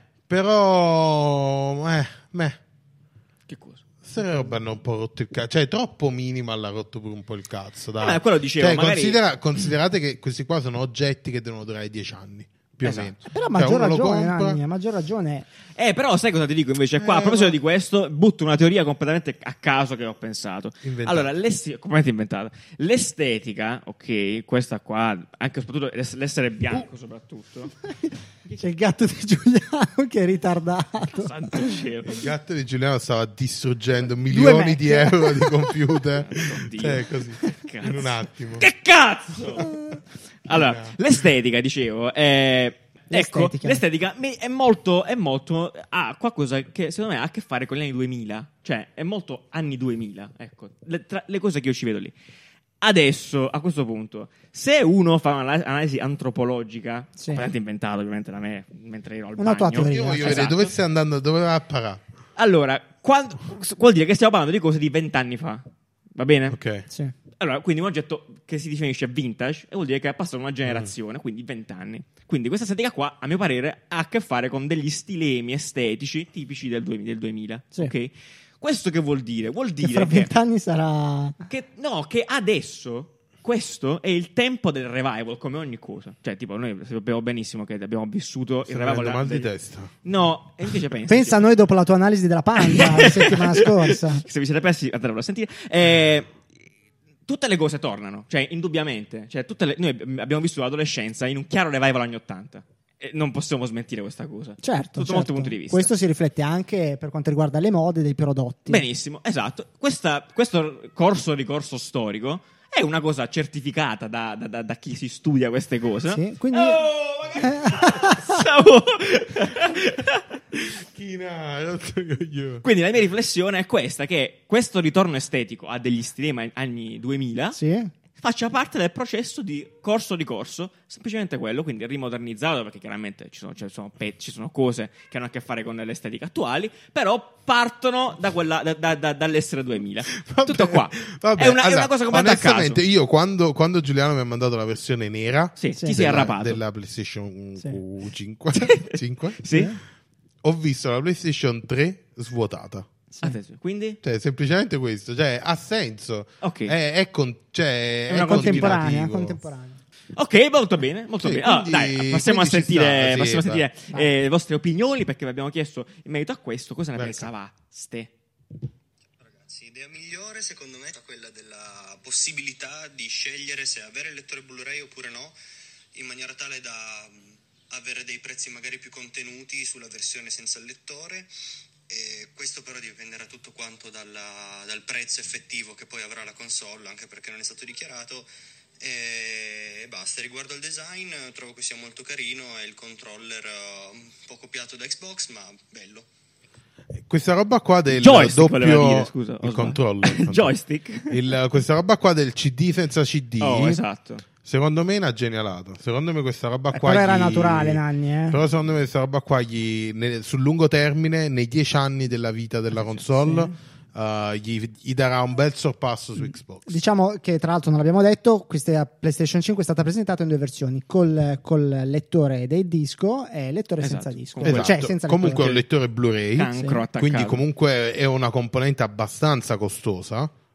però... Eh, meh, che cosa? queste robe hanno un po' rotto il cazzo. Cioè, troppo minimal ha rotto pure un po' il cazzo. Dai. Eh, ma quello dicevo, Cioè, magari- considera- considerate che questi qua sono oggetti che devono durare dieci anni, più Esatto. o meno. Però a Cioè, maggior uno lo ragione, compra- Nanni, a maggior ragione. Eh, però sai cosa ti dico invece? Qua, Eh, a proposito ma- di questo, butto una teoria completamente a caso che ho pensato. Inventata. Allora, l'esti- completamente inventata. L'estetica, ok, questa qua, anche soprattutto l'ess- l'essere bianco soprattutto. C'è il gatto di Giuliano che è ritardato. Santo cielo. Il gatto di Giuliano stava distruggendo Due milioni Mac. di euro di computer. Oddio. Cioè, così, Cazzo. in un attimo. Che cazzo? Allora, l'estetica, dicevo, è... Ecco, L'estetica. l'estetica mi- è molto, è molto, ha qualcosa che secondo me ha a che fare con gli anni duemila, cioè è molto anni duemila, ecco, le, tra le cose che io ci vedo lì. Adesso, a questo punto, se uno fa un'analisi antropologica, Sì. completamente inventato ovviamente da me, mentre ero al Una tua bagno. teoria. Io voglio Esatto. vedere dove stai andando, dove vai a parare. Allora, quando, vuol dire che stiamo parlando di cose di vent'anni fa, va bene? Ok. Sì. Allora, quindi un oggetto che si definisce vintage e vuol dire che è passato una generazione, quindi vent'anni. Quindi questa estetica qua, a mio parere, ha a che fare con degli stilemi estetici tipici del, duemila, del duemila. Sì. Ok? Questo che vuol dire? Vuol Che dire fra che, vent'anni sarà. che no, che adesso questo è il tempo del revival, come ogni cosa. Cioè, tipo, noi sappiamo benissimo che abbiamo vissuto il Stai revival. avendo mal di del- testa. No, e invece pensa. Pensa a noi dopo la tua analisi della Panda la settimana scorsa. Se vi siete persi, andatevelo a sentire. Eh, tutte le cose tornano, cioè, indubbiamente. Cioè, tutte le- noi abbiamo vissuto l'adolescenza in un chiaro revival anni ottanta. E non possiamo smentire questa cosa. Certo, Sotto certo. molti punti di vista. Questo si riflette anche per quanto riguarda le mode dei prodotti. Benissimo, esatto. Questa- questo corso ricorso storico è una cosa certificata da, da- da- da chi si studia queste cose. Sì, quindi- Oh, ma che cazzo? China, rotto i coglioni. Quindi la mia riflessione è questa, che questo ritorno estetico a degli stilemi anni duemila Sì. faccia parte del processo di corso di corso, semplicemente quello, quindi rimodernizzato, perché chiaramente ci sono, ci sono, pe- ci sono cose che hanno a che fare con le estetiche attuali, però partono da quella, da- da- da- dall'essere duemila. Vabbè, Tutto qua. vabbè, è, una, è allora, una cosa completamente a caso. onestamente, io quando, quando Giuliano mi ha mandato la versione nera Sì, Sì. ti sei della, arrapato. della PlayStation Sì. cinque, cinque, Sì? ho visto la PlayStation tre svuotata. Attenzione, quindi? Cioè, semplicemente questo, cioè, ha senso. Ok. È, è con- cioè, È una è Contemporanea, continuativo. contemporanea. Ok, molto bene, molto Sì, bene. Allora, quindi- dai, passiamo a quindi ci sentire, sta, sì, passiamo a sentire vai. eh, le vostre opinioni, perché vi abbiamo chiesto in merito a questo cosa ne Ecco. pensavaste. Ragazzi, idea migliore secondo me è quella della possibilità di scegliere se avere il lettore Blu-ray oppure no, in maniera tale da mh, avere dei prezzi magari più contenuti sulla versione senza il lettore. E questo però dipenderà tutto quanto dalla- dal prezzo effettivo che poi avrà la console, anche perché non è stato dichiarato. E basta. Riguardo al design, trovo che sia molto carino, è il controller eh, un po' copiato da Xbox, ma bello. Questa roba qua del Joystick voleva doppio dire, scusa, ho il sbagliato. controller, il controller. Joystick. Il- questa roba qua del C D senza C D, Oh, esatto. secondo me è una genialata. Secondo me questa roba Eh, qua però era gli- naturale, Nanni, eh. Però secondo me questa roba qua gli, ne- sul lungo termine, nei dieci anni della vita della console, uh, gli, gli darà un bel sorpasso su Xbox. Diciamo che tra l'altro non l'abbiamo detto, questa PlayStation cinque è stata presentata in due versioni, col, col lettore del disco e lettore Esatto. senza disco. Comunque- Cioè, Esatto. senza Comunque è lettore. un lettore Blu-ray, Cancro attaccato. quindi comunque è una componente abbastanza costosa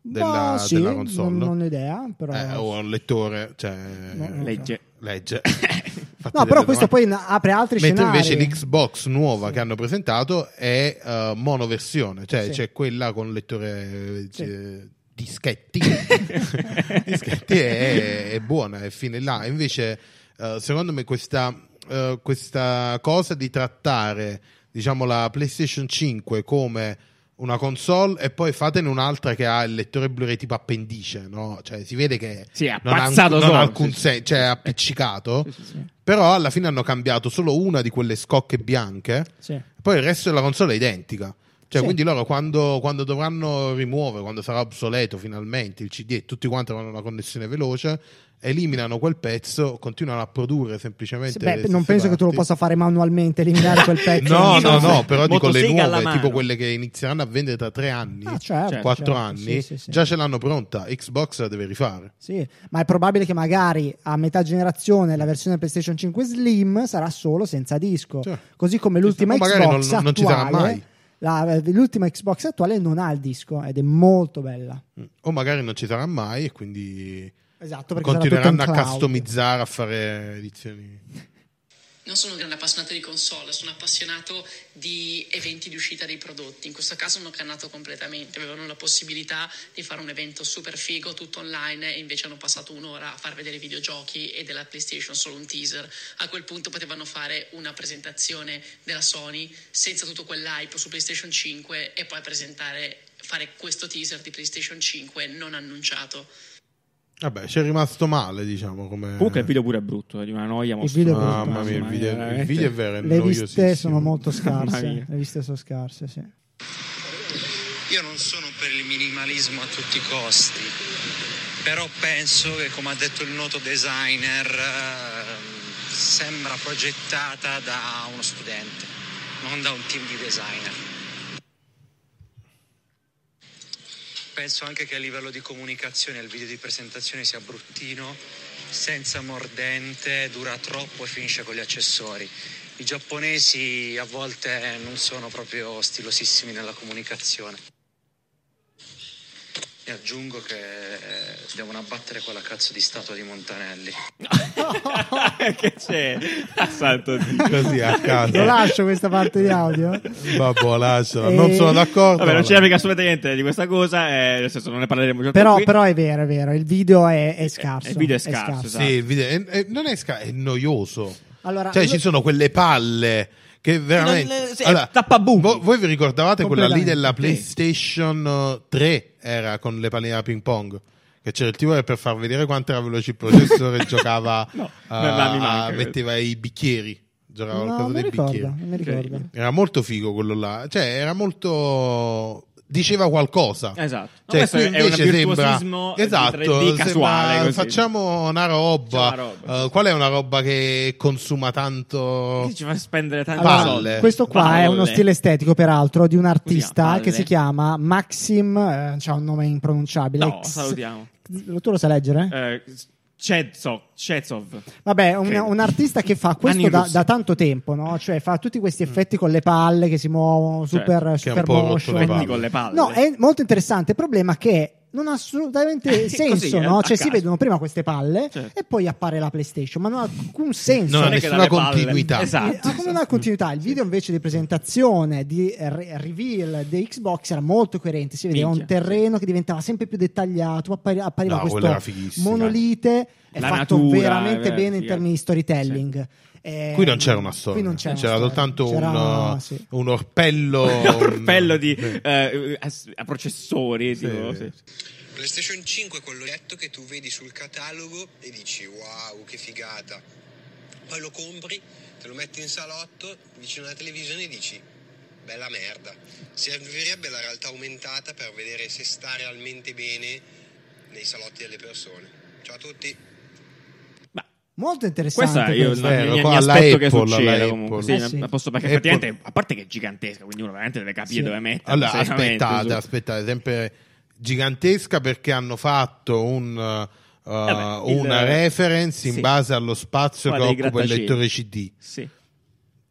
della, Ma sì, della console? non, non ho idea, però... Eh, o un lettore, cioè No, no. Legge. legge. No, però questo poi apre altri Mentre scenari. invece l'Xbox nuova Sì. che hanno presentato è uh, monoversione, cioè Sì. c'è quella con lettore Sì. eh, dischetti, dischetti è, è buona, è fine là. Invece uh, secondo me questa, uh, questa cosa di trattare, diciamo, la PlayStation cinque come una console e poi fatene un'altra che ha il lettore Blu-ray tipo appendice, no? Cioè si vede che Sì, è non ha, appazzato non ha solo, alcun sì, sì. senso, cioè è appiccicato. Sì, sì, sì. Però alla fine hanno cambiato solo una di quelle scocche bianche, Sì. poi il resto della console è identica. Cioè, Sì. quindi loro quando, quando dovranno rimuovere, quando sarà obsoleto finalmente il C D e tutti quanti avranno una connessione veloce, eliminano quel pezzo, continuano a produrre semplicemente. Beh, le non stesse penso che tu lo parti. possa fare manualmente, eliminare quel pezzo. No, Sì, no, sì. no, però dico le Motosega alla nuove, mano. tipo quelle che inizieranno a vendere tra tre anni, Ah, certo, quattro certo, anni, sì, sì, sì. già ce l'hanno pronta. Xbox la deve rifare. Sì, ma è probabile che magari a metà generazione la versione PlayStation cinque Slim sarà solo senza disco, Cioè, così come ci l'ultima sta, ma magari Xbox non- non ci sarà attuale, mai. la- l'ultima Xbox attuale non ha il disco ed è molto bella. O magari non ci sarà mai e quindi Esatto, perché sarà tutto continueranno in a cloud. customizzare, a fare edizioni. Non sono un grande appassionato di console, sono appassionato di eventi di uscita dei prodotti. In questo caso hanno cannato completamente, avevano la possibilità di fare un evento super figo, tutto online, e invece hanno passato un'ora a far vedere i videogiochi e della PlayStation solo un teaser. A quel punto potevano fare una presentazione della Sony senza tutto quell'hype su PlayStation cinque e poi presentare, fare questo teaser di PlayStation cinque non annunciato. Vabbè, ci è rimasto male, diciamo. Come... Comunque il video pure è brutto, è di una noia Il video è mostruosa. brutto. Mamma mia, il video, il veramente. video è vero, è Le viste noiosissimo. sono molto Mamma scarse, mia. le viste sono scarse, sì. Io non sono per il minimalismo a tutti i costi, però penso che, come ha detto il noto designer, ehm, sembra progettata da uno studente, non da un team di designer. Penso anche che a livello di comunicazione il video di presentazione sia bruttino, senza mordente, dura troppo e finisce con gli accessori. I giapponesi a volte non sono proprio stilosissimi nella comunicazione. E aggiungo che devono abbattere quella cazzo di statua di Montanelli. Che c'è? Santo Dio. Così a caso. Lo lascio questa parte di audio? Vabbè, lasciala. E- Non sono d'accordo. Vabbè, non ma- ce ne frega assolutamente niente di questa cosa, eh, nel senso non ne parleremo già Però, qui. però è vero, è vero, il video è, è scarso. il video è scarso, esatto. Sì, il video è- è- non è, sca- è noioso. Allora, Cioè, lo- ci sono quelle palle che veramente. non- sì, Allora, tappabuchi. vo- voi vi ricordavate quella lì Completamente, della sì. PlayStation tre? Era con le palline da ping pong. Che c'era il tipo che per far vedere quanto era veloce il processore giocava, No, a- non mi manca a- quello. metteva i bicchieri. Giocava no, qualcosa non mi dei ricordo, bicchieri. non mi ricordo. Era molto figo quello là. Cioè, era molto. Diceva qualcosa. Esatto. No, Cioè, questo qui è un invece virtuosismo di esatto, tre D sembra- casuale, così. facciamo una roba. Facciamo una roba, eh, sì. qual è una roba che consuma tanto? Che ci fa spendere tanti Allora, soldi. questo qua è uno Palle. stile estetico, peraltro, di un artista Palle. che si chiama Maxim, eh, c'ha un nome impronunciabile. No, X- salutiamo. Tu lo sai leggere? Eh, Chedzov. Chedzov. Vabbè, un, Credo. un artista che fa questo Anni da, russi. da tanto tempo, no? Cioè fa tutti questi effetti con le palle che si muovono, super, che ha super un po' rotto motion. le palle. Quindi con le palle. No, è molto interessante. Il problema è che non ha assolutamente Eh, senso, così, no? a Cioè si caso. vedono prima queste palle Certo. e poi appare la PlayStation, ma non ha alcun senso. Non ha Non è che nessuna dalle palle. continuità. Esatto. Ah, come non ha continuità? Il video invece di presentazione, di re- reveal di Xbox era molto coerente. Si vedeva Minchia, un terreno che diventava sempre più dettagliato. appari- Appariva No, quello era questo fighissimo. monolite. È La fatto natura, veramente eh, bene in figa. termini di storytelling. Eh, Qui non c'era una storia, qui non c'era, c'era una storia. soltanto C'era- un, sì. un orpello. Un orpello di Sì. eh, a, a processori. Sì. Tipo, sì. PlayStation cinque è quello letto che tu vedi sul catalogo e dici wow, che figata. Poi lo compri, te lo metti in salotto vicino alla televisione e dici bella merda. Servirebbe la realtà aumentata per vedere se sta realmente bene nei salotti delle persone. Ciao a tutti. Ma Molto interessante. questa io questo. non- Vero, mi, qua mi alla aspetto che Apple, succeda alla comunque. Apple. Sì, Eh sì. a posto perché Apple- effettivamente, a parte che è gigantesca, quindi uno veramente deve capire Sì. dove mettere. Allora, seriamente, aspettate, su. aspettate, sempre gigantesca perché hanno fatto un, uh, Vabbè, il- una reference in sì. base allo spazio Quella che dei occupa il grattacieli. lettore C D. Sì.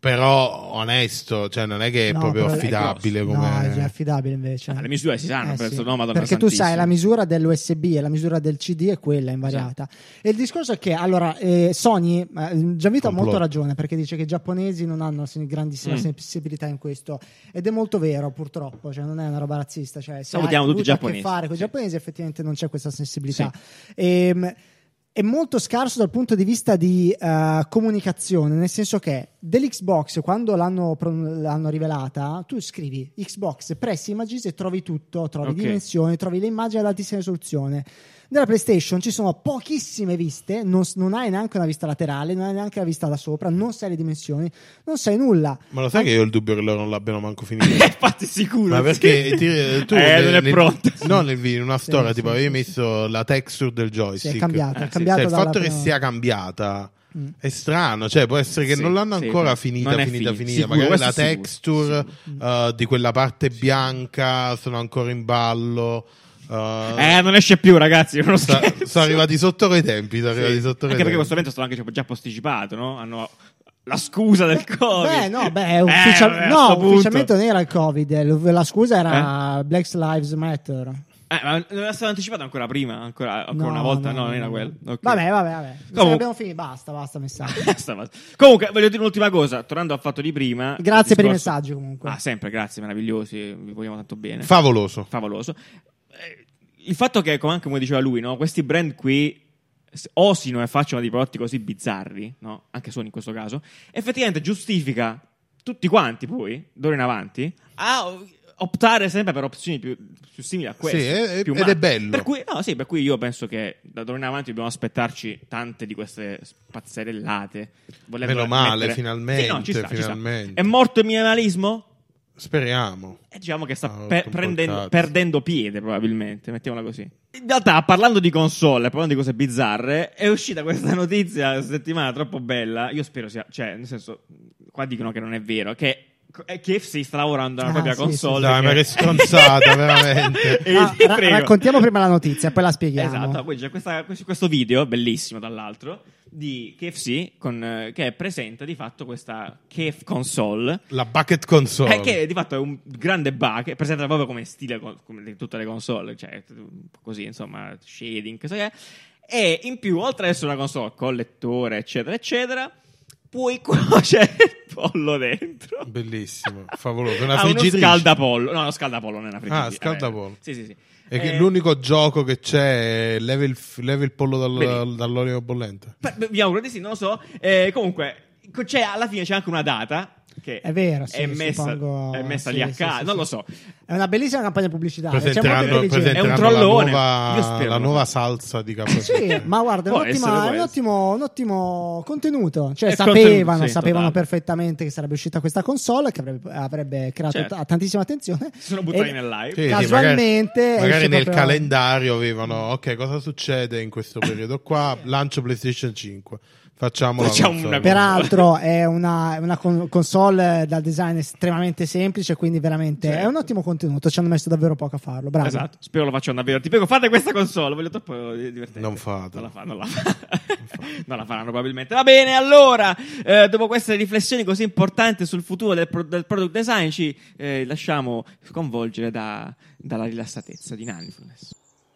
Però onesto, cioè non è che è No, proprio però è affidabile No, come... è già affidabile invece. Ah, le misure si sanno, Eh, penso, sì. no, Madonna Perché tu sai, santissima. la misura dell'U S B e la misura del C D è quella invariata. E il discorso è che, allora, eh, Sony, eh, Gianvito ha Complotto. molto ragione, perché dice che i giapponesi non hanno sen- grandissima Mm. sensibilità in questo, ed è molto vero, purtroppo, cioè non è una roba razzista. Cioè, se Salutiamo hai tutti i avuto a che giapponesi. fare con i Sì. giapponesi, effettivamente non c'è questa sensibilità. Ehm, è molto scarso dal punto di vista di eh, comunicazione, nel senso che dell'Xbox, quando l'hanno, l'hanno rivelata, tu scrivi Xbox Press Images e trovi tutto, trovi Ok. dimensioni, trovi le immagini ad altissima risoluzione. Nella PlayStation ci sono pochissime viste, non, non hai neanche una vista laterale, non hai neanche la vista da sopra, non sai le dimensioni, non sai nulla. Ma lo sai che io ho il dubbio che loro non l'abbiano manco finito? Infatti sicuro. Ma perché ti- tu Eh, nel- non è nel- pronto. no, nel video, in una Sì, storia sì, tipo sì, avevi sì. messo la texture del joystick. Si è cambiata, Eh, è sì. cambiata Cioè, il dalla fatto che prima- sia cambiata Mm. è strano, cioè può essere che Sì, non l'hanno sì, ancora non finita, è finita, finita. finita. Sicuro, Magari questo la è sicuro. texture uh, di quella parte bianca sono ancora in ballo. Uh, Eh, non esce più, ragazzi. Non sa- scherzo. sono arrivati sotto coi tempi. Sono Sì. arrivati sotto coi Anche perché tempi. questo evento è stato anche già posticipato, no? Hanno la scusa del Covid. Beh, no, beh, Eh, ufficial- vabbè, a no, sto punto. ufficialmente non era il Covid, eh, la scusa era Black Lives Matter. Eh, ma non era stato anticipato ancora prima, ancora, ancora No, una volta, no, no, non no, era no. quello. Ok. Vabbè, vabbè, vabbè. Se Comunque- abbiamo finito, basta, basta messaggio. Basta, basta. Comunque, voglio dire un'ultima cosa, tornando al fatto di prima. Grazie il per i discorso- messaggi comunque. Ah, sempre, grazie, meravigliosi, vi vogliamo tanto bene. Favoloso. Favoloso. Eh, Il fatto che, come anche come diceva lui, no, questi brand qui s- osino e facciano dei prodotti così bizzarri, no? Anche Sony in questo caso, effettivamente giustifica tutti quanti poi, d'ora in avanti, a optare sempre per opzioni più, più simili a queste. Sì, è- più ed umane. è bello. Per cui, no, sì, per cui io penso che da d'ora in avanti dobbiamo aspettarci tante di queste spazzerellate. volendo Meno male, mettere- finalmente, Sì, no, ci sta, ci sta. finalmente. È morto il minimalismo? Speriamo. E diciamo che sta Ah, ho pe- rotto un po' il prendendo- cazzo. perdendo piede, probabilmente, mettiamola così. In realtà, parlando di console, parlando di cose bizzarre, è uscita questa notizia questa settimana troppo bella. Io spero sia, cioè, nel senso, qua dicono che non è vero, che K F C sta lavorando alla Ah, propria sì, console. sì, Dai, ma che stronzata, veramente. E Ah, ti ra- prego. raccontiamo prima la notizia, poi la spieghiamo. Esatto, poi c'è questa- questo questo video, bellissimo tra l'altro, di K F C con, eh, che presenta di fatto questa K F console. La bucket console. Eh, che di fatto è un grande bug, è presente proprio come stile co- come di tutte le console, cioè un po' così, insomma, shading, che so che è. E in più, oltre ad essere una console con lettore, eccetera, eccetera, puoi cuocere il pollo dentro. Bellissimo, favoloso. Una Ha uno friggitrice. scaldapollo. No, lo scaldapollo non è una friggitrice. Ah, scaldapollo. Sì, sì, sì. E che Eh, l'unico gioco che c'è è leva il, leva il pollo dal- Bellissimo. dall'olio bollente. beh, beh, mi auguro di sì, non lo so. Eh, comunque, co- c'è, alla fine c'è anche una data che È vero, sì, è messa, suppongo- è messa sì, lì a sì, caso. sì, non sì. lo so. È una bellissima campagna pubblicitaria. C'è molta Presenteranno, intelligenza. presenteranno È un trollone. la Io nuova, spero la lo nuova faccia. salsa di capo. Sì, ma guarda, è, Può un'ottima- essere, può è un, essere. ottimo, un ottimo contenuto. Cioè, È sapevano, contenuto, sì, sapevano totale. perfettamente che sarebbe uscita questa console, che avrebbe, avrebbe creato Certo. t- tantissima attenzione. Si sono buttati E nel live. Sì, sì, casualmente magari, magari esce nel proprio- calendario avevano ok, cosa succede in questo periodo qua? Lancio PlayStation cinque. Facciamo, Facciamo la console. una- Peraltro è una, una con- console dal design estremamente semplice, quindi veramente Sì. è un ottimo contenuto. Ci hanno messo davvero poco a farlo. Bravi. Esatto, spero lo facciano davvero. Ti prego, fate questa console. Voglio troppo divertente. Non fatelo. Non la, fa- non la, fa- non la faranno probabilmente. Va bene, allora, eh, dopo queste riflessioni così importanti sul futuro del, pro- del product design, ci eh, lasciamo sconvolgere da- dalla rilassatezza di Nannyfulness.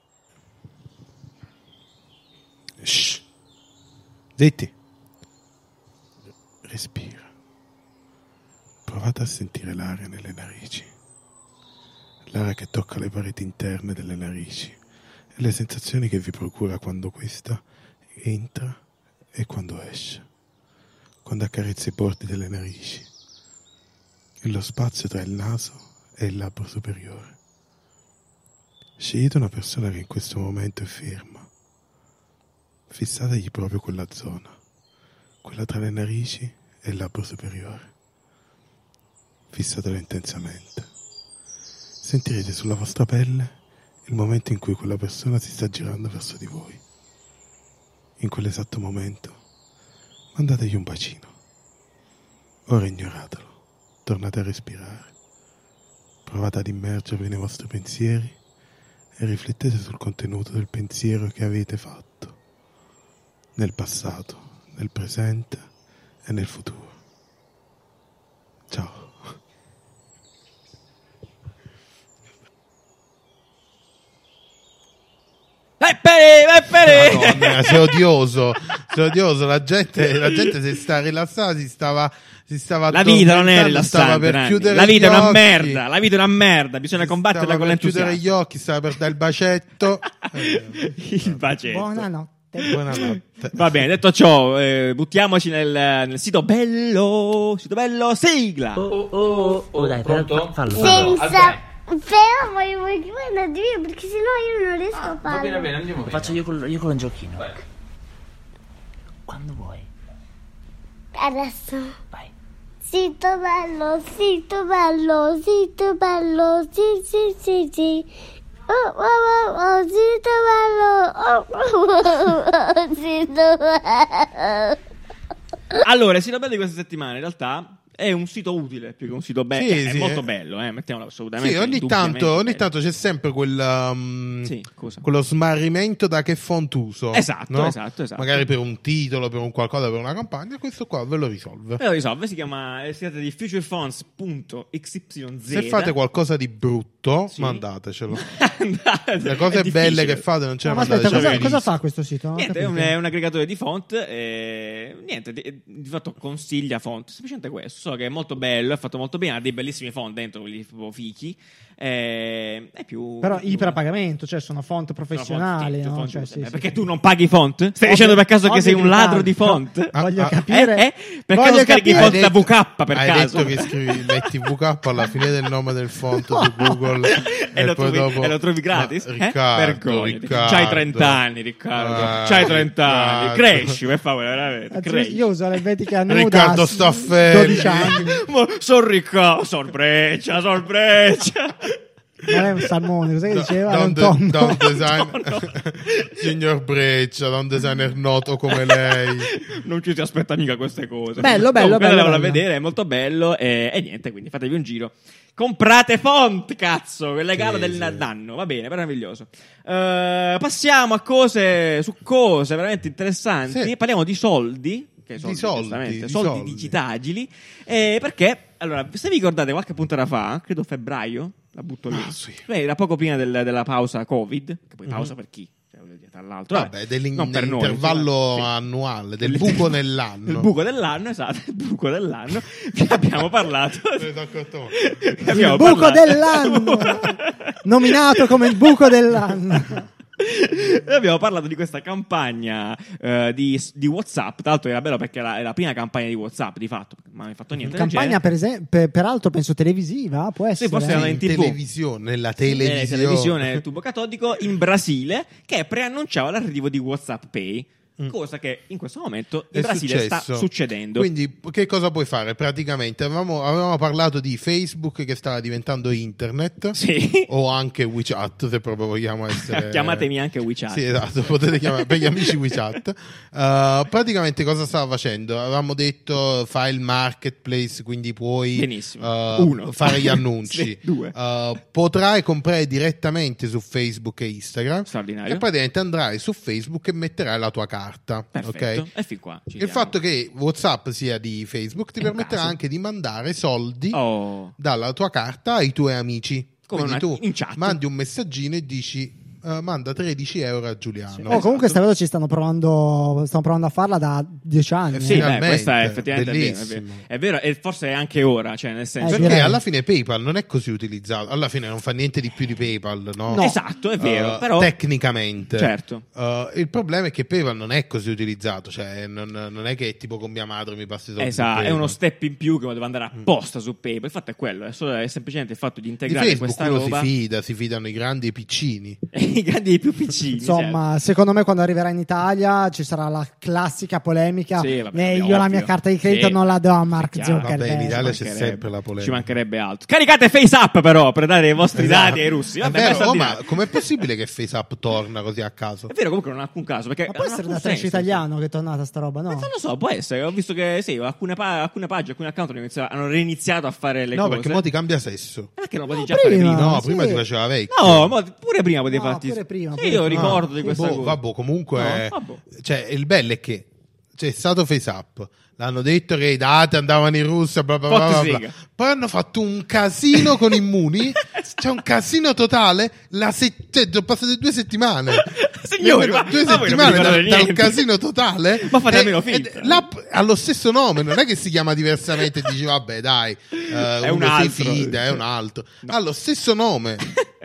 Shh. Zitti. Respira. Provate a sentire l'aria nelle narici. L'aria che tocca le pareti interne delle narici e le sensazioni che vi procura quando questa entra e quando esce. Quando accarezza i bordi delle narici e lo spazio tra il naso e il labbro superiore. Scegliete una persona che in questo momento è ferma. Fissategli proprio quella zona, quella tra le narici e il labbro superiore. Fissatelo intensamente. Sentirete sulla vostra pelle il momento in cui quella persona si sta girando verso di voi. In quell'esatto momento, mandategli un bacino. Ora ignoratelo, tornate a respirare. Provate ad immergervi nei vostri pensieri e riflettete sul contenuto del pensiero che avete fatto. Nel passato, nel presente e nel futuro. macchina, sei odioso, sei odioso, la gente, la gente si sta rilassata, si stava, si stava La vita non è addormentando, stava rilassante, per Nanni. chiudere La vita gli è una occhi. merda, la vita è una merda, bisogna Si combatterla stava con per chiudere l'entusiasmo. gli occhi, stava per dare il bacetto. Eh, Il bacetto. Buonanotte. buonanotte. Va bene, detto ciò, eh, buttiamoci nel, nel sito bello, sito bello, sigla. Oh, oh, oh, dai, però, Pronto? fallo, fallo. Senza. Però voglio vuoi andare via perché sennò io non riesco a Va bene, va farlo. bene, andiamo Lo faccio io con, io con il giochino. Vai. Quando vuoi. Adesso. Vai. Sito bello, sito bello, sito bello, sì sì sì sì. Oh, oh, oh, oh, sito bello, oh, oh, oh, oh, sito bello. Allora, il sito bello di questa settimana in realtà è un sito utile più che un sito bello. Sì, è sì, molto eh. bello, eh, mettiamolo assolutamente. Sì, ogni indubbiamente tanto, ogni bello. tanto c'è sempre quel, um, Sì, cosa? quello smarrimento da che font uso. Esatto, no? esatto, esatto. Magari per un titolo, per un qualcosa, per una campagna, questo qua ve lo risolve. Però risolve, si chiama, si tratta di futurefonts punto x y z. Se fate qualcosa di brutto, Sì. mandatecelo. Andate, Le cose è belle difficile. che fate non ce No, le ma aspetta, mandate. cosa, cioè, cosa fa questo sito? Non ho Niente, è un, capito. è un aggregatore di font. E, niente, di, di fatto consiglia font. Semplicemente questo. So che è molto bello, è fatto molto bene. Ha dei bellissimi font dentro, quelli tipo fichi. E, è più. Però più- iper a pagamento, cioè sono font sono font professionali. fitte, no? font Cioè, giuste. sì, Eh, sì, perché sì. tu non paghi font? Stai Ovvio- dicendo per caso che ovvio sei un li ladro pago. di font? Ah, Voglio ah, capire. Eh, eh? Per voglio caso scarichi capire- font da V K per hai caso? detto che scrivi, metti V K alla fine del nome del font su Google e, lo poi trovi, dopo- e lo trovi gratis? Ma, eh? Riccardo, Vergognati. Riccardo. C'hai trenta anni, Riccardo. Ah, C'hai trenta anni. Riccardo. Cresci, per favore, veramente. Anzi, Cresci. io uso l'elvetica nuda Riccardo a Staffelli. dodici anni. Ma son Riccardo, sorpresa, sorpresa. Non è un salmone, cos'è che Do- diceva? È un Don, de- tonno. don design- Tonno. Signor Breccia, don designer noto come lei. Non ci si aspetta mica queste cose. Bello, bello, Comunque, bello, andatevelo a bello. vedere, è molto bello. E, e niente, quindi fatevi un giro. Comprate font, cazzo, quel regalo Sì, del sì. danno. Va bene, meraviglioso. Eh, passiamo a cose, su cose veramente interessanti. Sì. Parliamo di soldi. Che soldi, Di soldi, giustamente, di soldi, soldi. digitagili. Eh, perché, allora, se vi ricordate qualche puntata fa, credo febbraio, la butto lì. Ah, sì. Beh, era poco prima del- della pausa Covid, che poi pausa per chi? Cioè, voglio dire, tra l'altro, Vabbè, vabbè, non per noi, dell'intervallo sì. annuale, del buco nell'anno. Il buco dell'anno, esatto, il buco dell'anno. Vi abbiamo parlato. Me ne sono accorto mo'. vi abbiamo Il buco parlato- dell'anno. Nominato come il buco dell'anno. Noi abbiamo parlato di questa campagna eh, di, di WhatsApp. Tra l'altro era bello perché era, era la prima campagna di WhatsApp di fatto, ma non hai fatto niente. del Campagna genere. per esempio, per, peraltro penso televisiva, può essere. forse eh. era in in TV. televisione, nella Eh, televisione. televisione il tubo catodico in Brasile che preannunciava l'arrivo di WhatsApp Pay, cosa che in questo momento in È Brasile sta successo. succedendo. Quindi, che cosa puoi fare? Praticamente avevamo, avevamo parlato di Facebook che stava diventando internet, Sì. o anche WeChat, se proprio vogliamo essere. Chiamatemi anche WeChat. Sì, esatto, potete chiamare per gli amici WeChat. Uh, praticamente cosa stava facendo? Avevamo detto fai il marketplace, quindi puoi Benissimo. uh, Uno. fare gli annunci. Sì, due. Uh, potrai comprare direttamente su Facebook e Instagram. Straordinario. E praticamente andrai su Facebook e metterai la tua carta. Perfetto. Ok? E fin qua ci Il siamo. fatto che WhatsApp sia di Facebook ti È un permetterà caso. anche di mandare soldi Oh. dalla tua carta ai tuoi amici. Come Quindi una- tu in chat. mandi un messaggino e dici eh, manda tredici euro a Giuliano. Oh, comunque questa cosa ci stanno provando, stiamo provando a farla da dieci anni. Eh, Sì, eh. beh, Finalmente, questa è effettivamente è vero, è bellissimo. vero. È vero, e forse è anche ora, cioè nel senso Eh, Perché direi. alla fine PayPal non è così utilizzato. Alla fine non fa niente di più di PayPal, no? No. Esatto, è vero, Uh, però tecnicamente. Certo. Uh, il problema è che PayPal non è così utilizzato. Cioè, non, non è che tipo con mia madre mi passi i soldi. su esatto, è PayPal. uno step in più che deve andare apposta su PayPal. Il fatto è quello, è, solo, è semplicemente il fatto di Di integrare Facebook questa uno roba. si fida, si fidano i grandi e i piccini. I grandi e i più piccini. Insomma, secondo me quando arriverà in Italia ci sarà la classica polemica. Sì, vabbè, Eh, ovvio. io la mia carta di credito Sì. non la do a Mark Chiaro. Zuckerberg. Vabbè, in Italia Ci c'è mancherebbe. sempre la polemica. Ci mancherebbe altro. Caricate FaceApp però per dare i vostri Esatto. dati ai russi. Vabbè, è vero, questa oh, di ma là. com'è possibile che FaceApp torna così a caso? È vero, comunque non ha alcun caso. Perché Ma può non ha essere da alcun trash senso. italiano che è tornata sta roba, no? Eh, non lo so, può essere. Ho visto che sì, alcune, pa- alcune pagine, alcuni account hanno, iniziato- hanno reiniziato a fare le No, cose. perché mo ti cambia sesso. Perché non lo potevi No, già fare prima. prima? No, sì. prima ti faceva vecchio. No, ma pure prima potevi No, farti. pure prima, Sì, pure io prima. ricordo Ah, di questa Boh, cosa. vabbè, comunque, No, vabbè. cioè, il bello è che c'è stato Face Up. L'hanno detto che i dati andavano in Russia, bla bla bla, bla, bla. Poi hanno fatto un casino con Immuni. C'è un casino totale. La se- cioè, sono passate due settimane. Signori, ma, due ma settimane da, da un casino totale. Ma fate e, almeno finta. L'app ha lo stesso nome, non è che si chiama diversamente e dici vabbè dai, uh, è un uno altro. si fida, è un altro. Ha lo stesso nome.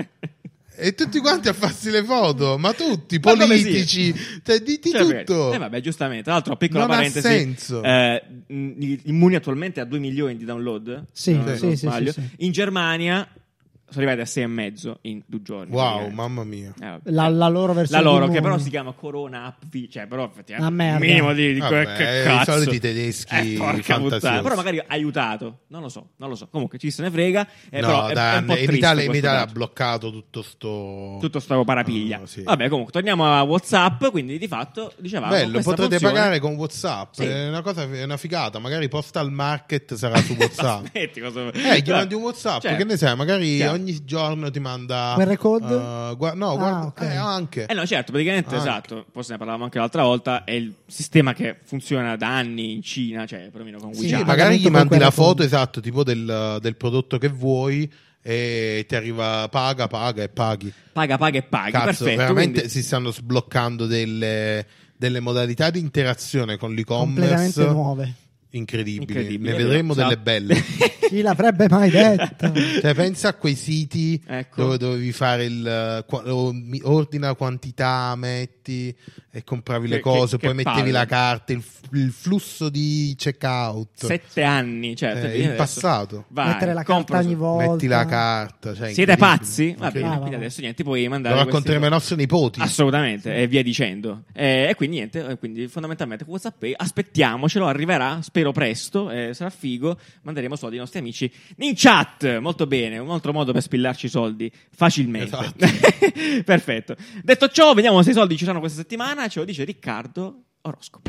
E tutti quanti a farsi le foto, ma tutti, ma politici, cioè, di, di cioè, tutto. Eh vabbè, giustamente. Tra l'altro, piccola non parentesi. Ha senso. Eh, Immuni attualmente ha due milioni di download. Sì, no, sì, non sì, sbaglio. sì, sì. In Germania sono arrivati a sei e mezzo in due giorni. Wow, mamma mia. Eh, La, la loro versione La loro, di che però Moon. si chiama Corona App V, cioè però effettivamente Ah, merda. un minimo di, di Vabbè, que- che cazzo. i soliti tedeschi eh, porca fantasiosi. puttana. Però magari ha aiutato, non lo so, non lo so. Comunque ci se ne frega, eh, No, però è, da, è un po' in triste Italia, in questo Italia ha dato. bloccato tutto sto Tutto sto parapiglia. Oh, sì. Vabbè, comunque torniamo a WhatsApp, quindi di fatto dicevamo Bello, questa potrete funzione- pagare con WhatsApp, Sì. è una cosa, è una figata, magari Postal Market sarà su WhatsApp. Aspetti, cosa... Eh, gli mandi un WhatsApp, Cioè, che ne sai, magari chiaro. ogni giorno ti manda Q R code? uh, gua- no, Ah, guarda, ok. eh, anche. Eh no, certo, praticamente Anche. esatto, forse ne parlavamo anche l'altra volta, è il sistema che funziona da anni in Cina, cioè perlomeno con Sì, WeChat. Sì, magari gli con mandi quella la foto code. esatto, tipo del, del prodotto che vuoi e ti arriva paga, paga e paghi. Paga, paga e paghi, Cazzo, perfetto. veramente quindi- si stanno sbloccando delle, delle modalità di interazione con completamente l'e-commerce nuove. incredibili. Incredibile, Ne vedremo esatto. delle belle. Chi l'avrebbe mai detto? Cioè, pensa a quei siti Ecco. dove dovevi fare il uh, qua- o- mi- ordina quantità, metti e compravi le Che- cose, che- poi che mettevi palle. la carta, il, f- il flusso di checkout. Sette anni, cioè Eh, adesso- il passato. Vai, Mettere la compro carta ogni su- volta. Metti la carta. Cioè, Siete incredibile, pazzi? Va bene, incredibile. Ah, quindi va. adesso niente, puoi mandare Lo questi- racconteremo ai nostri nipoti. Assolutamente, e via dicendo. Eh, e quindi niente, eh, quindi fondamentalmente con WhatsApp Pay aspettiamocelo, arriverà, spero presto, eh, sarà figo, manderemo soldi ai nostri amici in chat. Molto bene, un altro modo per spillarci soldi facilmente. Esatto. Perfetto. Detto ciò, vediamo se i soldi ci saranno questa settimana, ce lo dice Riccardo Oroscopo.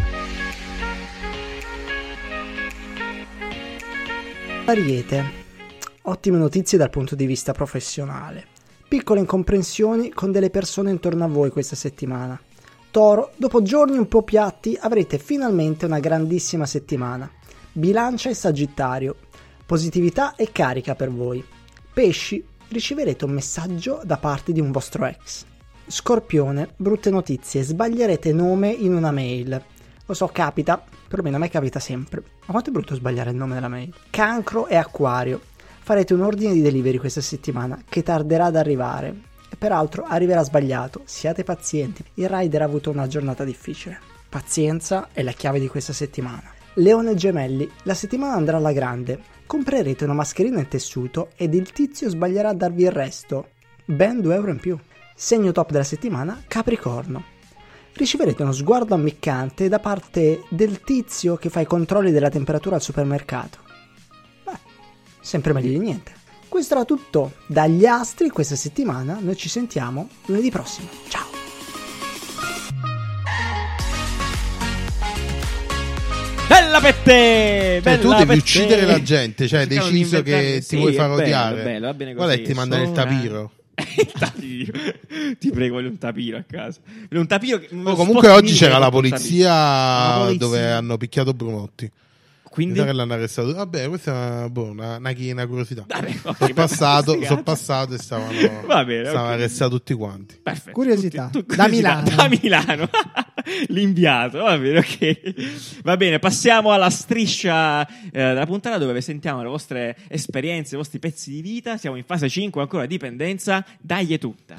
Ariete. Ottime notizie dal punto di vista professionale. Piccole incomprensioni con delle persone intorno a voi questa settimana. Toro, dopo giorni un po' piatti avrete finalmente una grandissima settimana. Bilancia e Sagittario. Positività e carica per voi. Pesci, riceverete un messaggio da parte di un vostro ex. Scorpione, brutte notizie, sbaglierete nome in una mail. Lo so, capita, perlomeno a me capita sempre. Ma quanto è brutto sbagliare il nome della mail? Cancro e Acquario. Farete un ordine di delivery questa settimana che tarderà ad arrivare. E peraltro arriverà sbagliato. Siate pazienti. Il rider ha avuto una giornata difficile. Pazienza è la chiave di questa settimana. Leone e Gemelli, la settimana andrà alla grande. Comprerete una mascherina in tessuto ed il tizio sbaglierà a darvi il resto. Ben due euro in più. Segno top della settimana, Capricorno. Riceverete uno sguardo ammiccante da parte del tizio che fa i controlli della temperatura al supermercato. Beh, sempre meglio di niente. Questo era tutto dagli astri questa settimana. Noi ci sentiamo lunedì prossimo. Ciao! Bella per te! Cioè, tu bella devi per uccidere te. la gente, cioè hai Cercano di deciso inventare- che ti Sì, vuoi è far bello, odiare. è bello, va bene Guarda, così, e ti mandano il sopra- tapiro. Il tapiro. Ti prego, voglio un tapiro a casa. Voglio un tapiro che- uno Oh, comunque spot oggi c'era mini la con un polizia, La polizia. dove hanno picchiato Brunotti. tapiro. Quindi Mi sa che l'hanno arrestato. Vabbè, questa è una, boh, una, una, una curiosità. Vabbè, ok, sono passato, sti sono cazzi. passato e stavano, Va bene, stavano ok. arrestati tutti quanti. Perfetto. Curiosità. Tutti- tu- Da curiosità. Milano. Da Milano. L'inviato, va bene, ok. Va bene, passiamo alla striscia eh, della puntata dove sentiamo le vostre esperienze, i vostri pezzi di vita. Siamo in fase cinque, ancora dipendenza. Dagli tutta.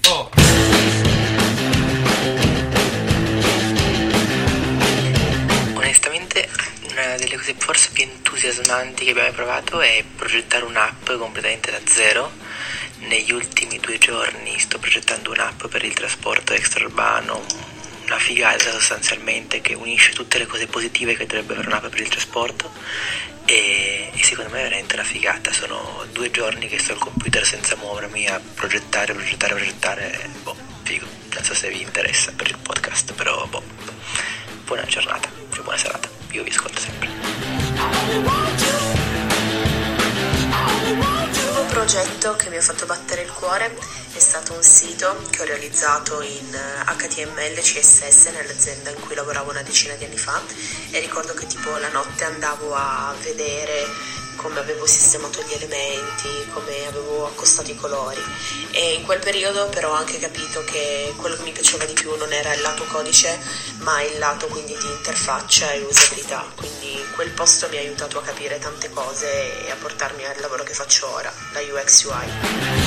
Onestamente una delle cose forse più entusiasmanti che abbiamo provato è progettare un'app completamente da zero. Negli ultimi due giorni sto progettando un'app per il trasporto extraurbano, una figata sostanzialmente che unisce tutte le cose positive che dovrebbe avere un'app per il trasporto e, e secondo me è veramente una figata. Sono due giorni che sto al computer senza muovermi a progettare, progettare, progettare, boh, figo. Non so se vi interessa per il podcast, però boh, buona giornata e buona serata, io vi ascolto sempre. progetto che mi ha fatto battere il cuore è stato un sito che ho realizzato in H T M L C S S nell'azienda in cui lavoravo una decina di anni fa, e ricordo che tipo la notte andavo a vedere come avevo sistemato gli elementi, come avevo accostato i colori, e in quel periodo però ho anche capito che quello che mi piaceva di più non era il lato codice ma il lato quindi di interfaccia e usabilità, quindi quel posto mi ha aiutato a capire tante cose e a portarmi al lavoro che faccio ora, la U X U I.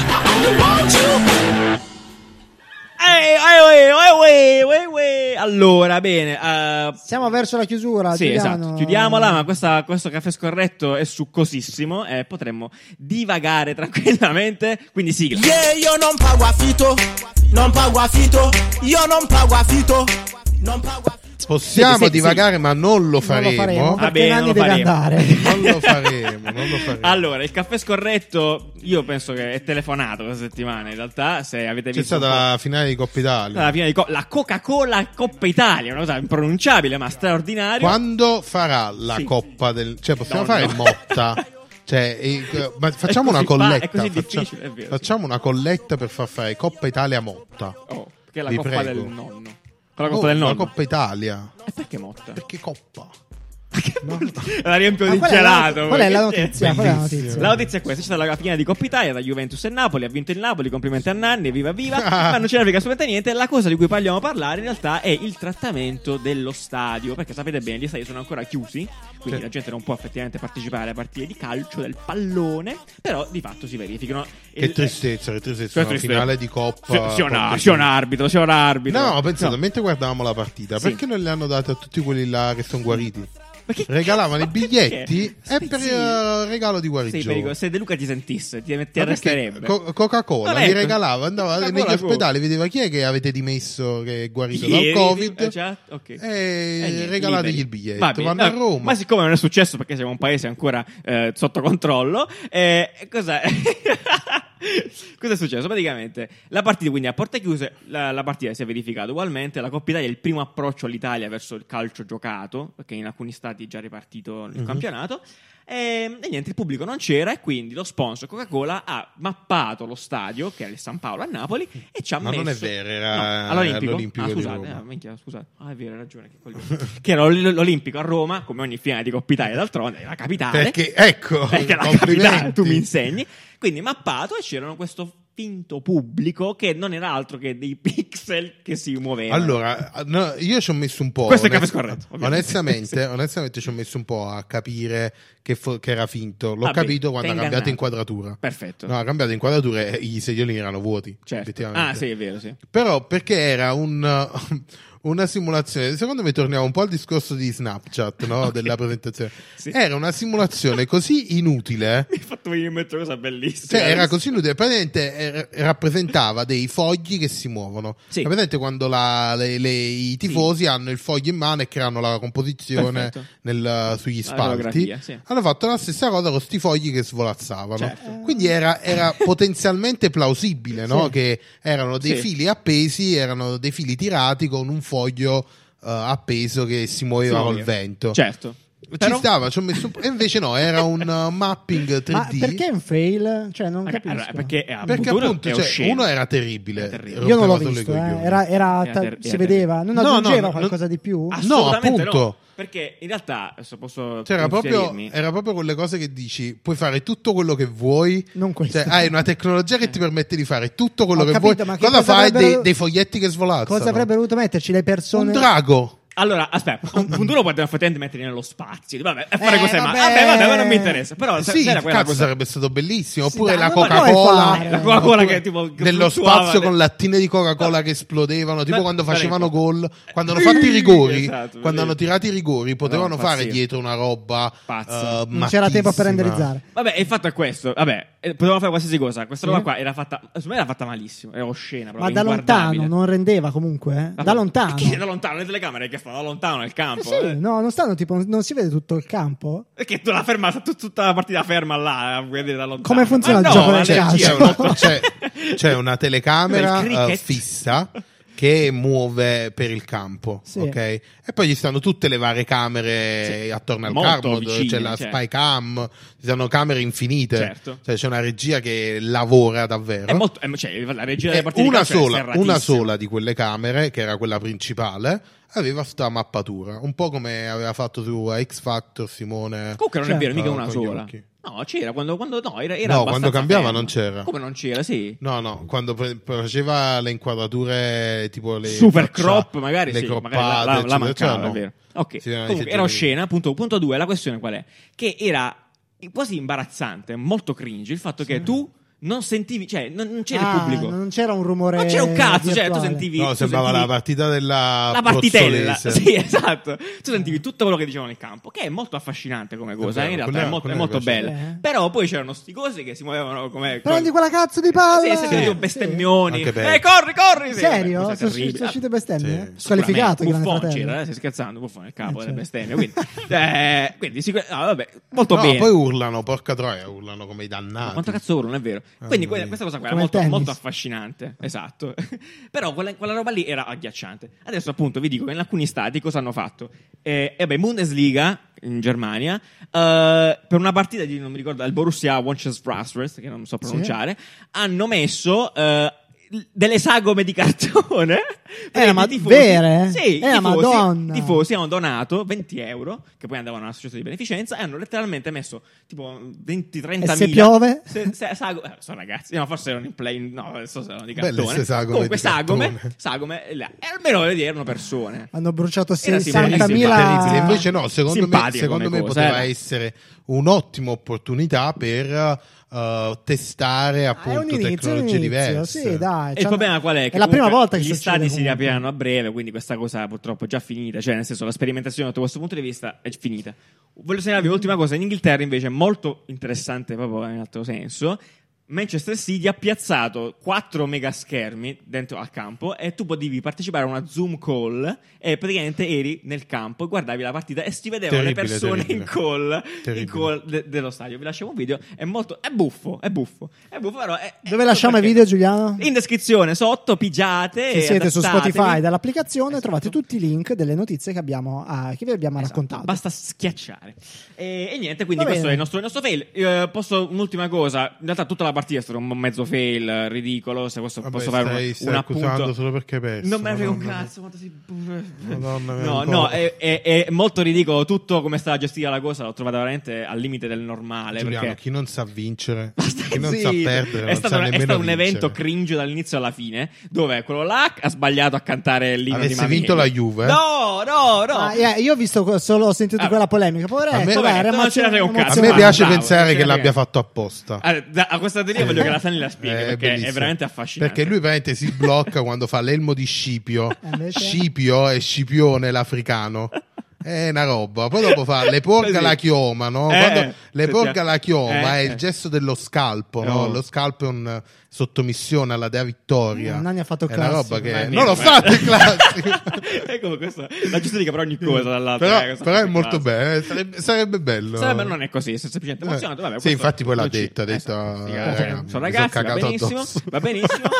Ehi, ehi, ehi, ehi, ehi. Allora, bene, uh, siamo verso la chiusura. Sì, Giuliano. esatto, chiudiamola, ma questa, questo caffè scorretto è succosissimo e potremmo divagare tranquillamente, quindi sigla. Yeah, io non pago affitto, non pago affitto, io non pago affitto, non pago affitto. Possiamo Senti, divagare, sì. ma non lo faremo. Non lo faremo perché Va bene, Nanni non lo deve faremo. andare. Non lo faremo, non lo faremo. Allora, il caffè scorretto, io penso che è telefonato questa settimana. In realtà, se avete C'è visto stata un po'- la finale di Coppa Italia. la, fine di co- la Coca-Cola Coppa Italia, una cosa impronunciabile ma straordinaria. Quando farà la Sì. Coppa del... Cioè, possiamo No, fare no. Motta? Cioè, eh, ma facciamo È una così fa- colletta. è così faccia- difficile, è vero, facciamo una colletta per far fare Coppa Italia Motta. Oh, che è la Vi Coppa prego. del nonno. Con la Coppa Oh, del la nonno. Coppa Italia. E perché Motta? Perché Coppa? La riempio Ma di qual è la- gelato. qual è la perché- notizia? Qual è la Bellissimo. notizia? La notizia è questa: c'è stata la finale di Coppa Italia tra Juventus e Napoli. Ha vinto il Napoli, complimenti a Nanni, viva viva. Ma non ce ne frega assolutamente niente. La cosa di cui vogliamo parlare in realtà è il trattamento dello stadio. Perché sapete bene, gli stadi sono ancora chiusi, quindi Sì. la gente non può effettivamente partecipare alle partite di calcio, del pallone. Però di fatto si verificano. Che Il- tristezza, che tristezza. Che Una tristezza. finale di Coppa. Sia- sia un ar- Coppa sia un Italia. arbitro, sia un arbitro. No, ho pensato, No. mentre guardavamo la partita, Sì. perché non le hanno date a tutti quelli là che sono guariti? Ma che Regalavano i cazzo- biglietti e Perché? per Sì. eh, regalo di Sì, guarigione. Perico, se De Luca ti sentisse, ti, ti Ma perché arresterebbe. Co- Coca-Cola Non li è- regalava, andava Coca-Cola negli co- ospedali, vedeva chi è che avete dimesso che è guarito Ieri, dal Covid eh, già, ok. e Eh, niente, regalategli liberi. il biglietto. Va bene, Vanno a no, Roma. Ma siccome non è successo perché siamo un paese ancora eh, sotto controllo, eh, cosa... cosa è successo? Praticamente la partita quindi a porte chiuse, la, la partita si è verificata ugualmente. La Coppa Italia è il primo approccio all'Italia verso il calcio giocato, perché in alcuni stati è già ripartito il Mhm. campionato. E, e niente, il pubblico non c'era e quindi lo sponsor Coca-Cola ha mappato lo stadio, che è il San Paolo a Napoli, e ci ha Ma messo... non è vero, era No, all'Olimpico. all'Olimpico Ah, di scusate, Roma. ah, minchia, scusate. Ah, è vero, hai ragione, che coglione. Che era l'Ol- l'Olimpico a Roma, come ogni finale di Coppa Italia, d'altronde, è la capitale. Perché, ecco, Perché è la complimenti. capitale, tu mi insegni. Quindi mappato e c'erano questo finto pubblico che non era altro che dei pixel che si muovevano. Allora, no, io ci ho messo un po'. Questo è il onest- caffè scorretto, ovviamente. Onestamente, Sì. onestamente ci ho messo un po' a capire che, fo- che era finto. L'ho Ah, beh, capito quando ha t'hai cambiato ingannato. inquadratura. Perfetto. No, ha cambiato inquadratura e i sedili erano vuoti. Certo. Effettivamente. Ah, sì, è vero, sì. Però perché era un, una simulazione, secondo me torniamo un po' al discorso di Snapchat, no? Ok. Della presentazione. Sì. Era una simulazione così inutile. Mi hai fatto venire in mente una cosa bellissima. Cioè, era così inutile. Praticamente era- rappresentava dei fogli che si muovono. Sì. È presente quando la- le- le- i tifosi hanno il foglio in mano e creano la composizione Perfetto. nel- sugli La spalti. coreografia, sì. Hanno fatto la stessa cosa con sti fogli che svolazzavano. Certo. Quindi era, era potenzialmente plausibile, no? Sì. Che erano dei Sì. fili appesi, erano dei fili tirati con un foglio eh, appeso che si muoveva Sì, col sì. vento. Certo. Ci Però- stava, ci ho messo un po'. E invece no, era un uh, mapping tre D. Ma perché è un fail? Cioè, non Ok, capisco. allora, perché, eh, Perché futuro appunto è cioè, osceno. uno era terribile, Era terribile. Io non l'ho rompeva visto, solo i eh. coglioni. era, era Era ta- ter- si era vedeva, non No, no, aggiungeva no, qualcosa di più? Assolutamente appunto. no, perché in realtà adesso posso Cioè, era proprio, inserirmi. era proprio quelle cose che dici, puoi fare tutto quello che vuoi. Non questo. Cioè, hai una tecnologia che ti permette di fare tutto quello Ho che capito, vuoi. ma che Cosa cosa fai? avrebbero- Dei, dei foglietti che svolazzano. Cosa avrebbero dovuto metterci le persone? Un drago. Allora, aspetta, un punto uno poteva effettivamente mettere nello spazio. Vabbè, e fare Eh, cose ma vabbè. vabbè, vabbè, ma non mi interessa. Però se, Sì, se era quella cazzo, cosa sarebbe stato bellissimo. Sì, Oppure dai, la ma come Coca-Cola. fare? La Coca-Cola Oppure che tipo che dello fluttuava spazio le- con lattine di Coca-Cola che esplodevano. Tipo Ma- quando guarda, facevano ecco. gol. Quando hanno fatto i rigori. Esatto, quando sì. hanno tirato i rigori, potevano No, fare pazzia. dietro una roba. Pazzo. eh, Non c'era tempo per mattissima. renderizzare. Vabbè, il fatto è questo. Vabbè, eh, potevamo fare qualsiasi cosa. Questa Sì. roba qua era fatta. Secondo me era fatta malissimo. Era oscena. Ma proprio da inguardabile. lontano non rendeva comunque, eh? Ma- Da lontano. Che da lontano? Le telecamere che fanno da lontano nel campo. Eh sì, eh. no, non stanno tipo, non si vede tutto il campo? Perché tu la ferma, tut- tutta la partita ferma là a vedere da lontano. Come funziona Ma il no, gioco ma del c'è- calcio? C'è una, c'è- c'è una Del telecamera cricket. eh, fissa che muove per il campo, Sì. ok? E poi ci stanno tutte le varie camere Sì. attorno al Molto cardboard, vicine, c'è la certo. spy cam, ci sono camere infinite, Certo. cioè c'è una regia che lavora davvero. È molto, è- cioè, la regia E delle partite di una calcio è sola, serratissima. una sola di quelle camere, che era quella principale, aveva sta mappatura, un po' come aveva fatto su X Factor Simone. Comunque non è vero, mica eh, una con gli sola. occhi. No, c'era quando, quando no, era, era No, abbastanza quando cambiava fermo. non c'era. Come non c'era, sì. No, no, quando pre- faceva le inquadrature tipo le Super faccia- crop, magari le sì, croppate, magari la, la, la eccetera, mancava, cioè, no. è vero. Ok, Si vedevano i comunque ero seggiolini. scena, punto, punto due, la questione qual è? Che era quasi imbarazzante, molto cringe, il fatto che tu non sentivi, cioè non, non c'era Ah, il pubblico. non c'era un rumore. Non c'era un cazzo, cioè tu virtuale. sentivi No, tu sembrava sentivi la partita della la partitella, Pozzolese. sì, esatto. Tu sentivi tutto quello che dicevano nel campo, che è molto affascinante come cosa, vero, in realtà quella- è molto, è quella molto mi piace. bella. Eh. Però poi c'erano sti cosi che si muovevano come Prendi quella cazzo di palla. Sì, sentivo bestemmioni. Anche bello. Eh, corri, corri! Sì, Serio? cosa Sono terribile. sono uscite bestemmie? Sì. Squalificato, Grande Buffon Fratello. c'era, eh, stai scherzando, Buffon è il capo Eh, delle certo. bestemmie, quindi, eh, quindi sicur- no, vabbè, molto No, bene. poi urlano, porca troia, urlano come i dannati. Quanto cazzo urlano, è vero. Quindi Ah, que- no. questa cosa qua Come era il molto, tennis. molto affascinante, esatto. Però quella, quella roba lì era agghiacciante. Adesso appunto vi dico che in alcuni stati cosa hanno fatto. Eh, eh beh, Bundesliga in Germania, eh, per una partita di, non mi ricordo, al Borussia Mönchengladbach, che non so pronunciare, hanno messo... eh, delle sagome di cartone per Eh, i ma tifosi. vere? Sì, Eh, i tifosi, Madonna. i tifosi hanno donato venti euro che poi andavano all'associazione di beneficenza e hanno letteralmente messo tipo venti trenta E se mila piove? se, se, sago- eh, sono ragazzi, no, forse erano in play, no, adesso erano di Belle cartone. ste sagome Comunque di sagome, cartone. sagome là. E almeno vedi, erano persone. Hanno bruciato Era sessantamila. Terribile. Invece no, secondo me, Simpatica secondo come me cosa, poteva eh. essere un'ottima opportunità per uh, testare Ah, è appunto un inizio, è un tecnologie inizio. diverse. Sì, dai. E il c'hanno- problema qual è? Che È la prima comunque volta che gli succede, stati si comunque. riapriranno a breve, quindi questa cosa purtroppo è già finita. Cioè, nel senso, la sperimentazione da questo punto di vista è finita. Voglio segnalarvi l'ultima cosa. In Inghilterra, invece, è molto interessante proprio in altro senso. Manchester City ha piazzato quattro mega schermi dentro al campo e tu potevi partecipare a una Zoom call e praticamente eri nel campo e guardavi la partita e si vedevano Terribile, le persone terribile. in call, in Terribile. call de- dello stadio. Vi lasciamo un video, è molto è buffo, è buffo, è buffo, però è, Dove è- lasciamo i perché- video, Giuliano? In descrizione sotto, pigiate. Se e siete su adattatevi. Spotify dall'applicazione Esatto. trovate tutti i link delle notizie che, abbiamo, ah, che vi abbiamo Esatto, raccontato. basta schiacciare. E, e niente, quindi Va questo bene. è il nostro, il nostro fail. Eh, posso un'ultima cosa. In realtà tutta la partita è stato un mezzo fail eh, ridicolo. Se posso, Vabbè, posso fare stai, un, stai un accusando appunto. solo perché hai perso. Non me ne frega un Madonna. cazzo. Quanto sei... Madonna mia, No, un po'. no, è, è- è molto ridicolo tutto come stava gestita la cosa. L'ho trovata veramente al limite del normale. Giuliano, perché chi non sa vincere, Basta chi non zitto. sa perdere, è non stato, sa un- è nemmeno stato un vincere. evento cringe dall'inizio alla fine. Dove quello là ha sbagliato a cantare l'inno di Avesse Mameli. vinto la Juve? No, no, no. Ah, yeah, io ho visto que- solo ho sentito Ah. quella polemica. Poveretto, A me- dai, era non ce ne frega un emozio- cazzo. A me Bravo, piace bravo, pensare non che ce ne l'abbia frega. fatto apposta. Allora, da- a questa teoria voglio che la Sani la spieghi Eh, perché è bellissimo. veramente affascinante. Perché lui veramente si blocca quando fa l'elmo di Scipio. invece? Scipio e Scipione l'africano. È una roba. Poi dopo fa le porca Così. la chioma, no? Eh, Quando eh, le sentiamo. porca la chioma Eh, è il eh. gesto dello scalpo, no? Oh. Lo scalpo è un sottomissione alla dea Vittoria. Eh, Nani ha fatto è una classico. roba che Ma non l'ho niente, fatto il classico. Ecco questo, la giustifica per ogni cosa dall'altra. però, eh, questa però è cosa molto classica. bene, sarebbe, sarebbe bello. Sarebbe, non è così, è semplicemente Eh, emozionato. Vabbè, sì, questo infatti poi l'ha non ci- detto, ha detto, esatto, sti eh, cazzi, raga, mi sono sono ragazzi, va cagato benissimo, addosso. va benissimo.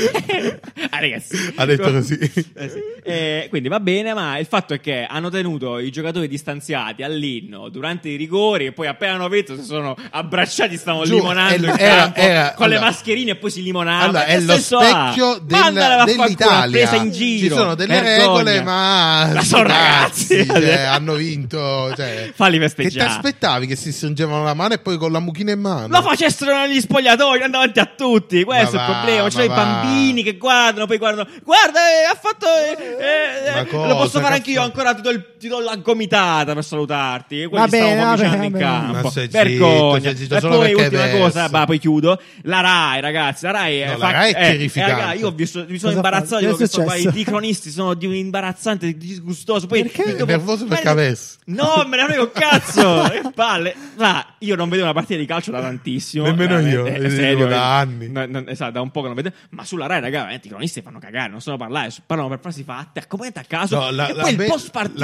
ah, ragazzi. Ha detto così. Eh, sì. Eh, quindi va bene, ma il fatto è che hanno tenuto i giocatori distanziati all'inno durante i rigori e poi appena hanno vinto si sono abbracciati, stavano Giù, limonando è- il era- campo era- con allora- le mascherine e poi si limonavano. Allora, Ma è che lo senso ha? specchio del- Mandala a fanculo, dell'Italia. presa in giro. Ci sono delle Vergogna. regole, ma, Ma sono cazzi, ragazzi. cioè, hanno vinto. Cioè, Falli che ti festeggiare. aspettavi che si stringevano la mano e poi con la mucchina in mano? Lo facessero negli spogliatoi davanti a tutti. Questo Ma è il va, problema. Ci sono i ma va. bambini che guardano, poi guardano. Guarda, eh, ha fatto. eh, Ma eh, cosa, lo posso che fare ha anch'io. fatto? Ancora ti do, il- ti do la gomitata per salutarti. E quelli Va bene, stavano va comicando bene, in va bene. campo. Ma sei zitto, Vergogna. sei zitto E solo poi, perché ultima hai cosa, perso. bah, poi chiudo. La Rai, ragazzi. La Rai, No, eh, la fa- Rai è eh, terrificante. eh, raga, io ho visto, mi sono Cosa imbarazzato fa? di Che è questo qua. successo? I cronisti sono di un imbarazzante, disgustoso. Poi Perché? dopo- Nervoso perché Ma- avessi. No, me ne frega un cazzo. Che palle. Va, io non vedo una partita di calcio da tantissimo. Nemmeno io, veramente, eh, è serio, da eh. anni. No, no, esatto, da un po' che non vedo. Ma sulla Rai, raga, veramente i cronisti fanno cagare. Non sanno parlare, parlano per frasi fatte, completamente a caso. No, la, e la- poi il me- post partita. la cosa che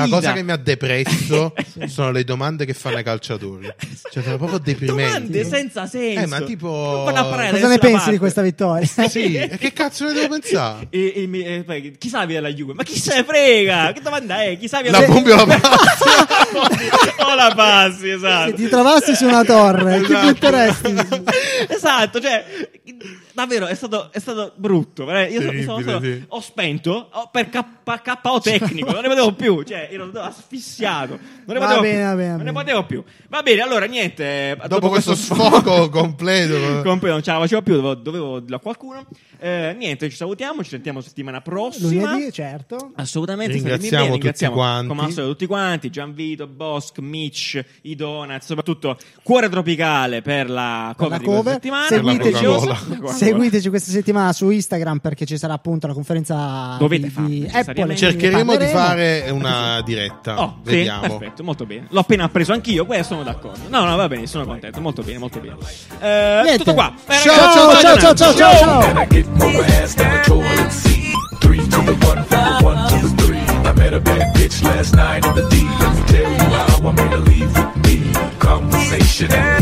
mi ha depresso sono le domande che fanno ai calciatori. Cioè, sono proprio deprimenti. Domande senza senso. Eh, ma tipo... Cosa ne pensi parte. di questa vittoria? Sì, e che cazzo ne devo pensare? E, e, mi- e poi, chi sa via la Juve? Ma chi se ne frega? Che domanda è? Chi sa via La la bombi o la passi? o la passi, esatto. Se ti trovassi su una torre, chi Esatto. butteresti? Esatto, cioè davvero è stato, è stato brutto. eh. Io, so- mi sono, Terribile, sono- sì. ho spento oh, per K O tecnico, non ne potevo più, cioè ero asfissiato, non ne Va potevo bene, più. va bene, va non ne bene. potevo più. Va bene, allora niente. Dopo questo sfogo completo. completo, non ce la facevo più, dovevo, dovevo dirlo a qualcuno. Eh, niente, ci salutiamo, ci sentiamo settimana prossima. Lunedì, certo. Assolutamente, Ringraziamo statemi bene, tutti ringraziamo quanti. come al solito tutti quanti, Gianvito, Bosch, Mitch, i Donuts, soprattutto Cuore Tropicale per la Per cover la di questa cover. settimana. Seguiteci, Meravigliosa. La Coca-Cola. seguiteci questa settimana su Instagram perché ci sarà appunto la conferenza Dovete di, farlo, di necessariamente. Apple. Cercheremo di Parleremo. fare una diretta. Oh, sì, Vediamo. perfetto, molto bene. L'ho appena preso anch'io, questo sono d'accordo. No, no, va bene, sono contento, molto bene, molto bene. Eh, Niente. tutto qua. Eh, Ciao, ragazzi, ciao, buona ciao, giornata. ciao, ciao, ciao, ciao. And I get more ass than a toilet seat. Three to the one, from the one to the three. I met a bad bitch last night in the D. Let me tell you how I made her leave with me. Conversation and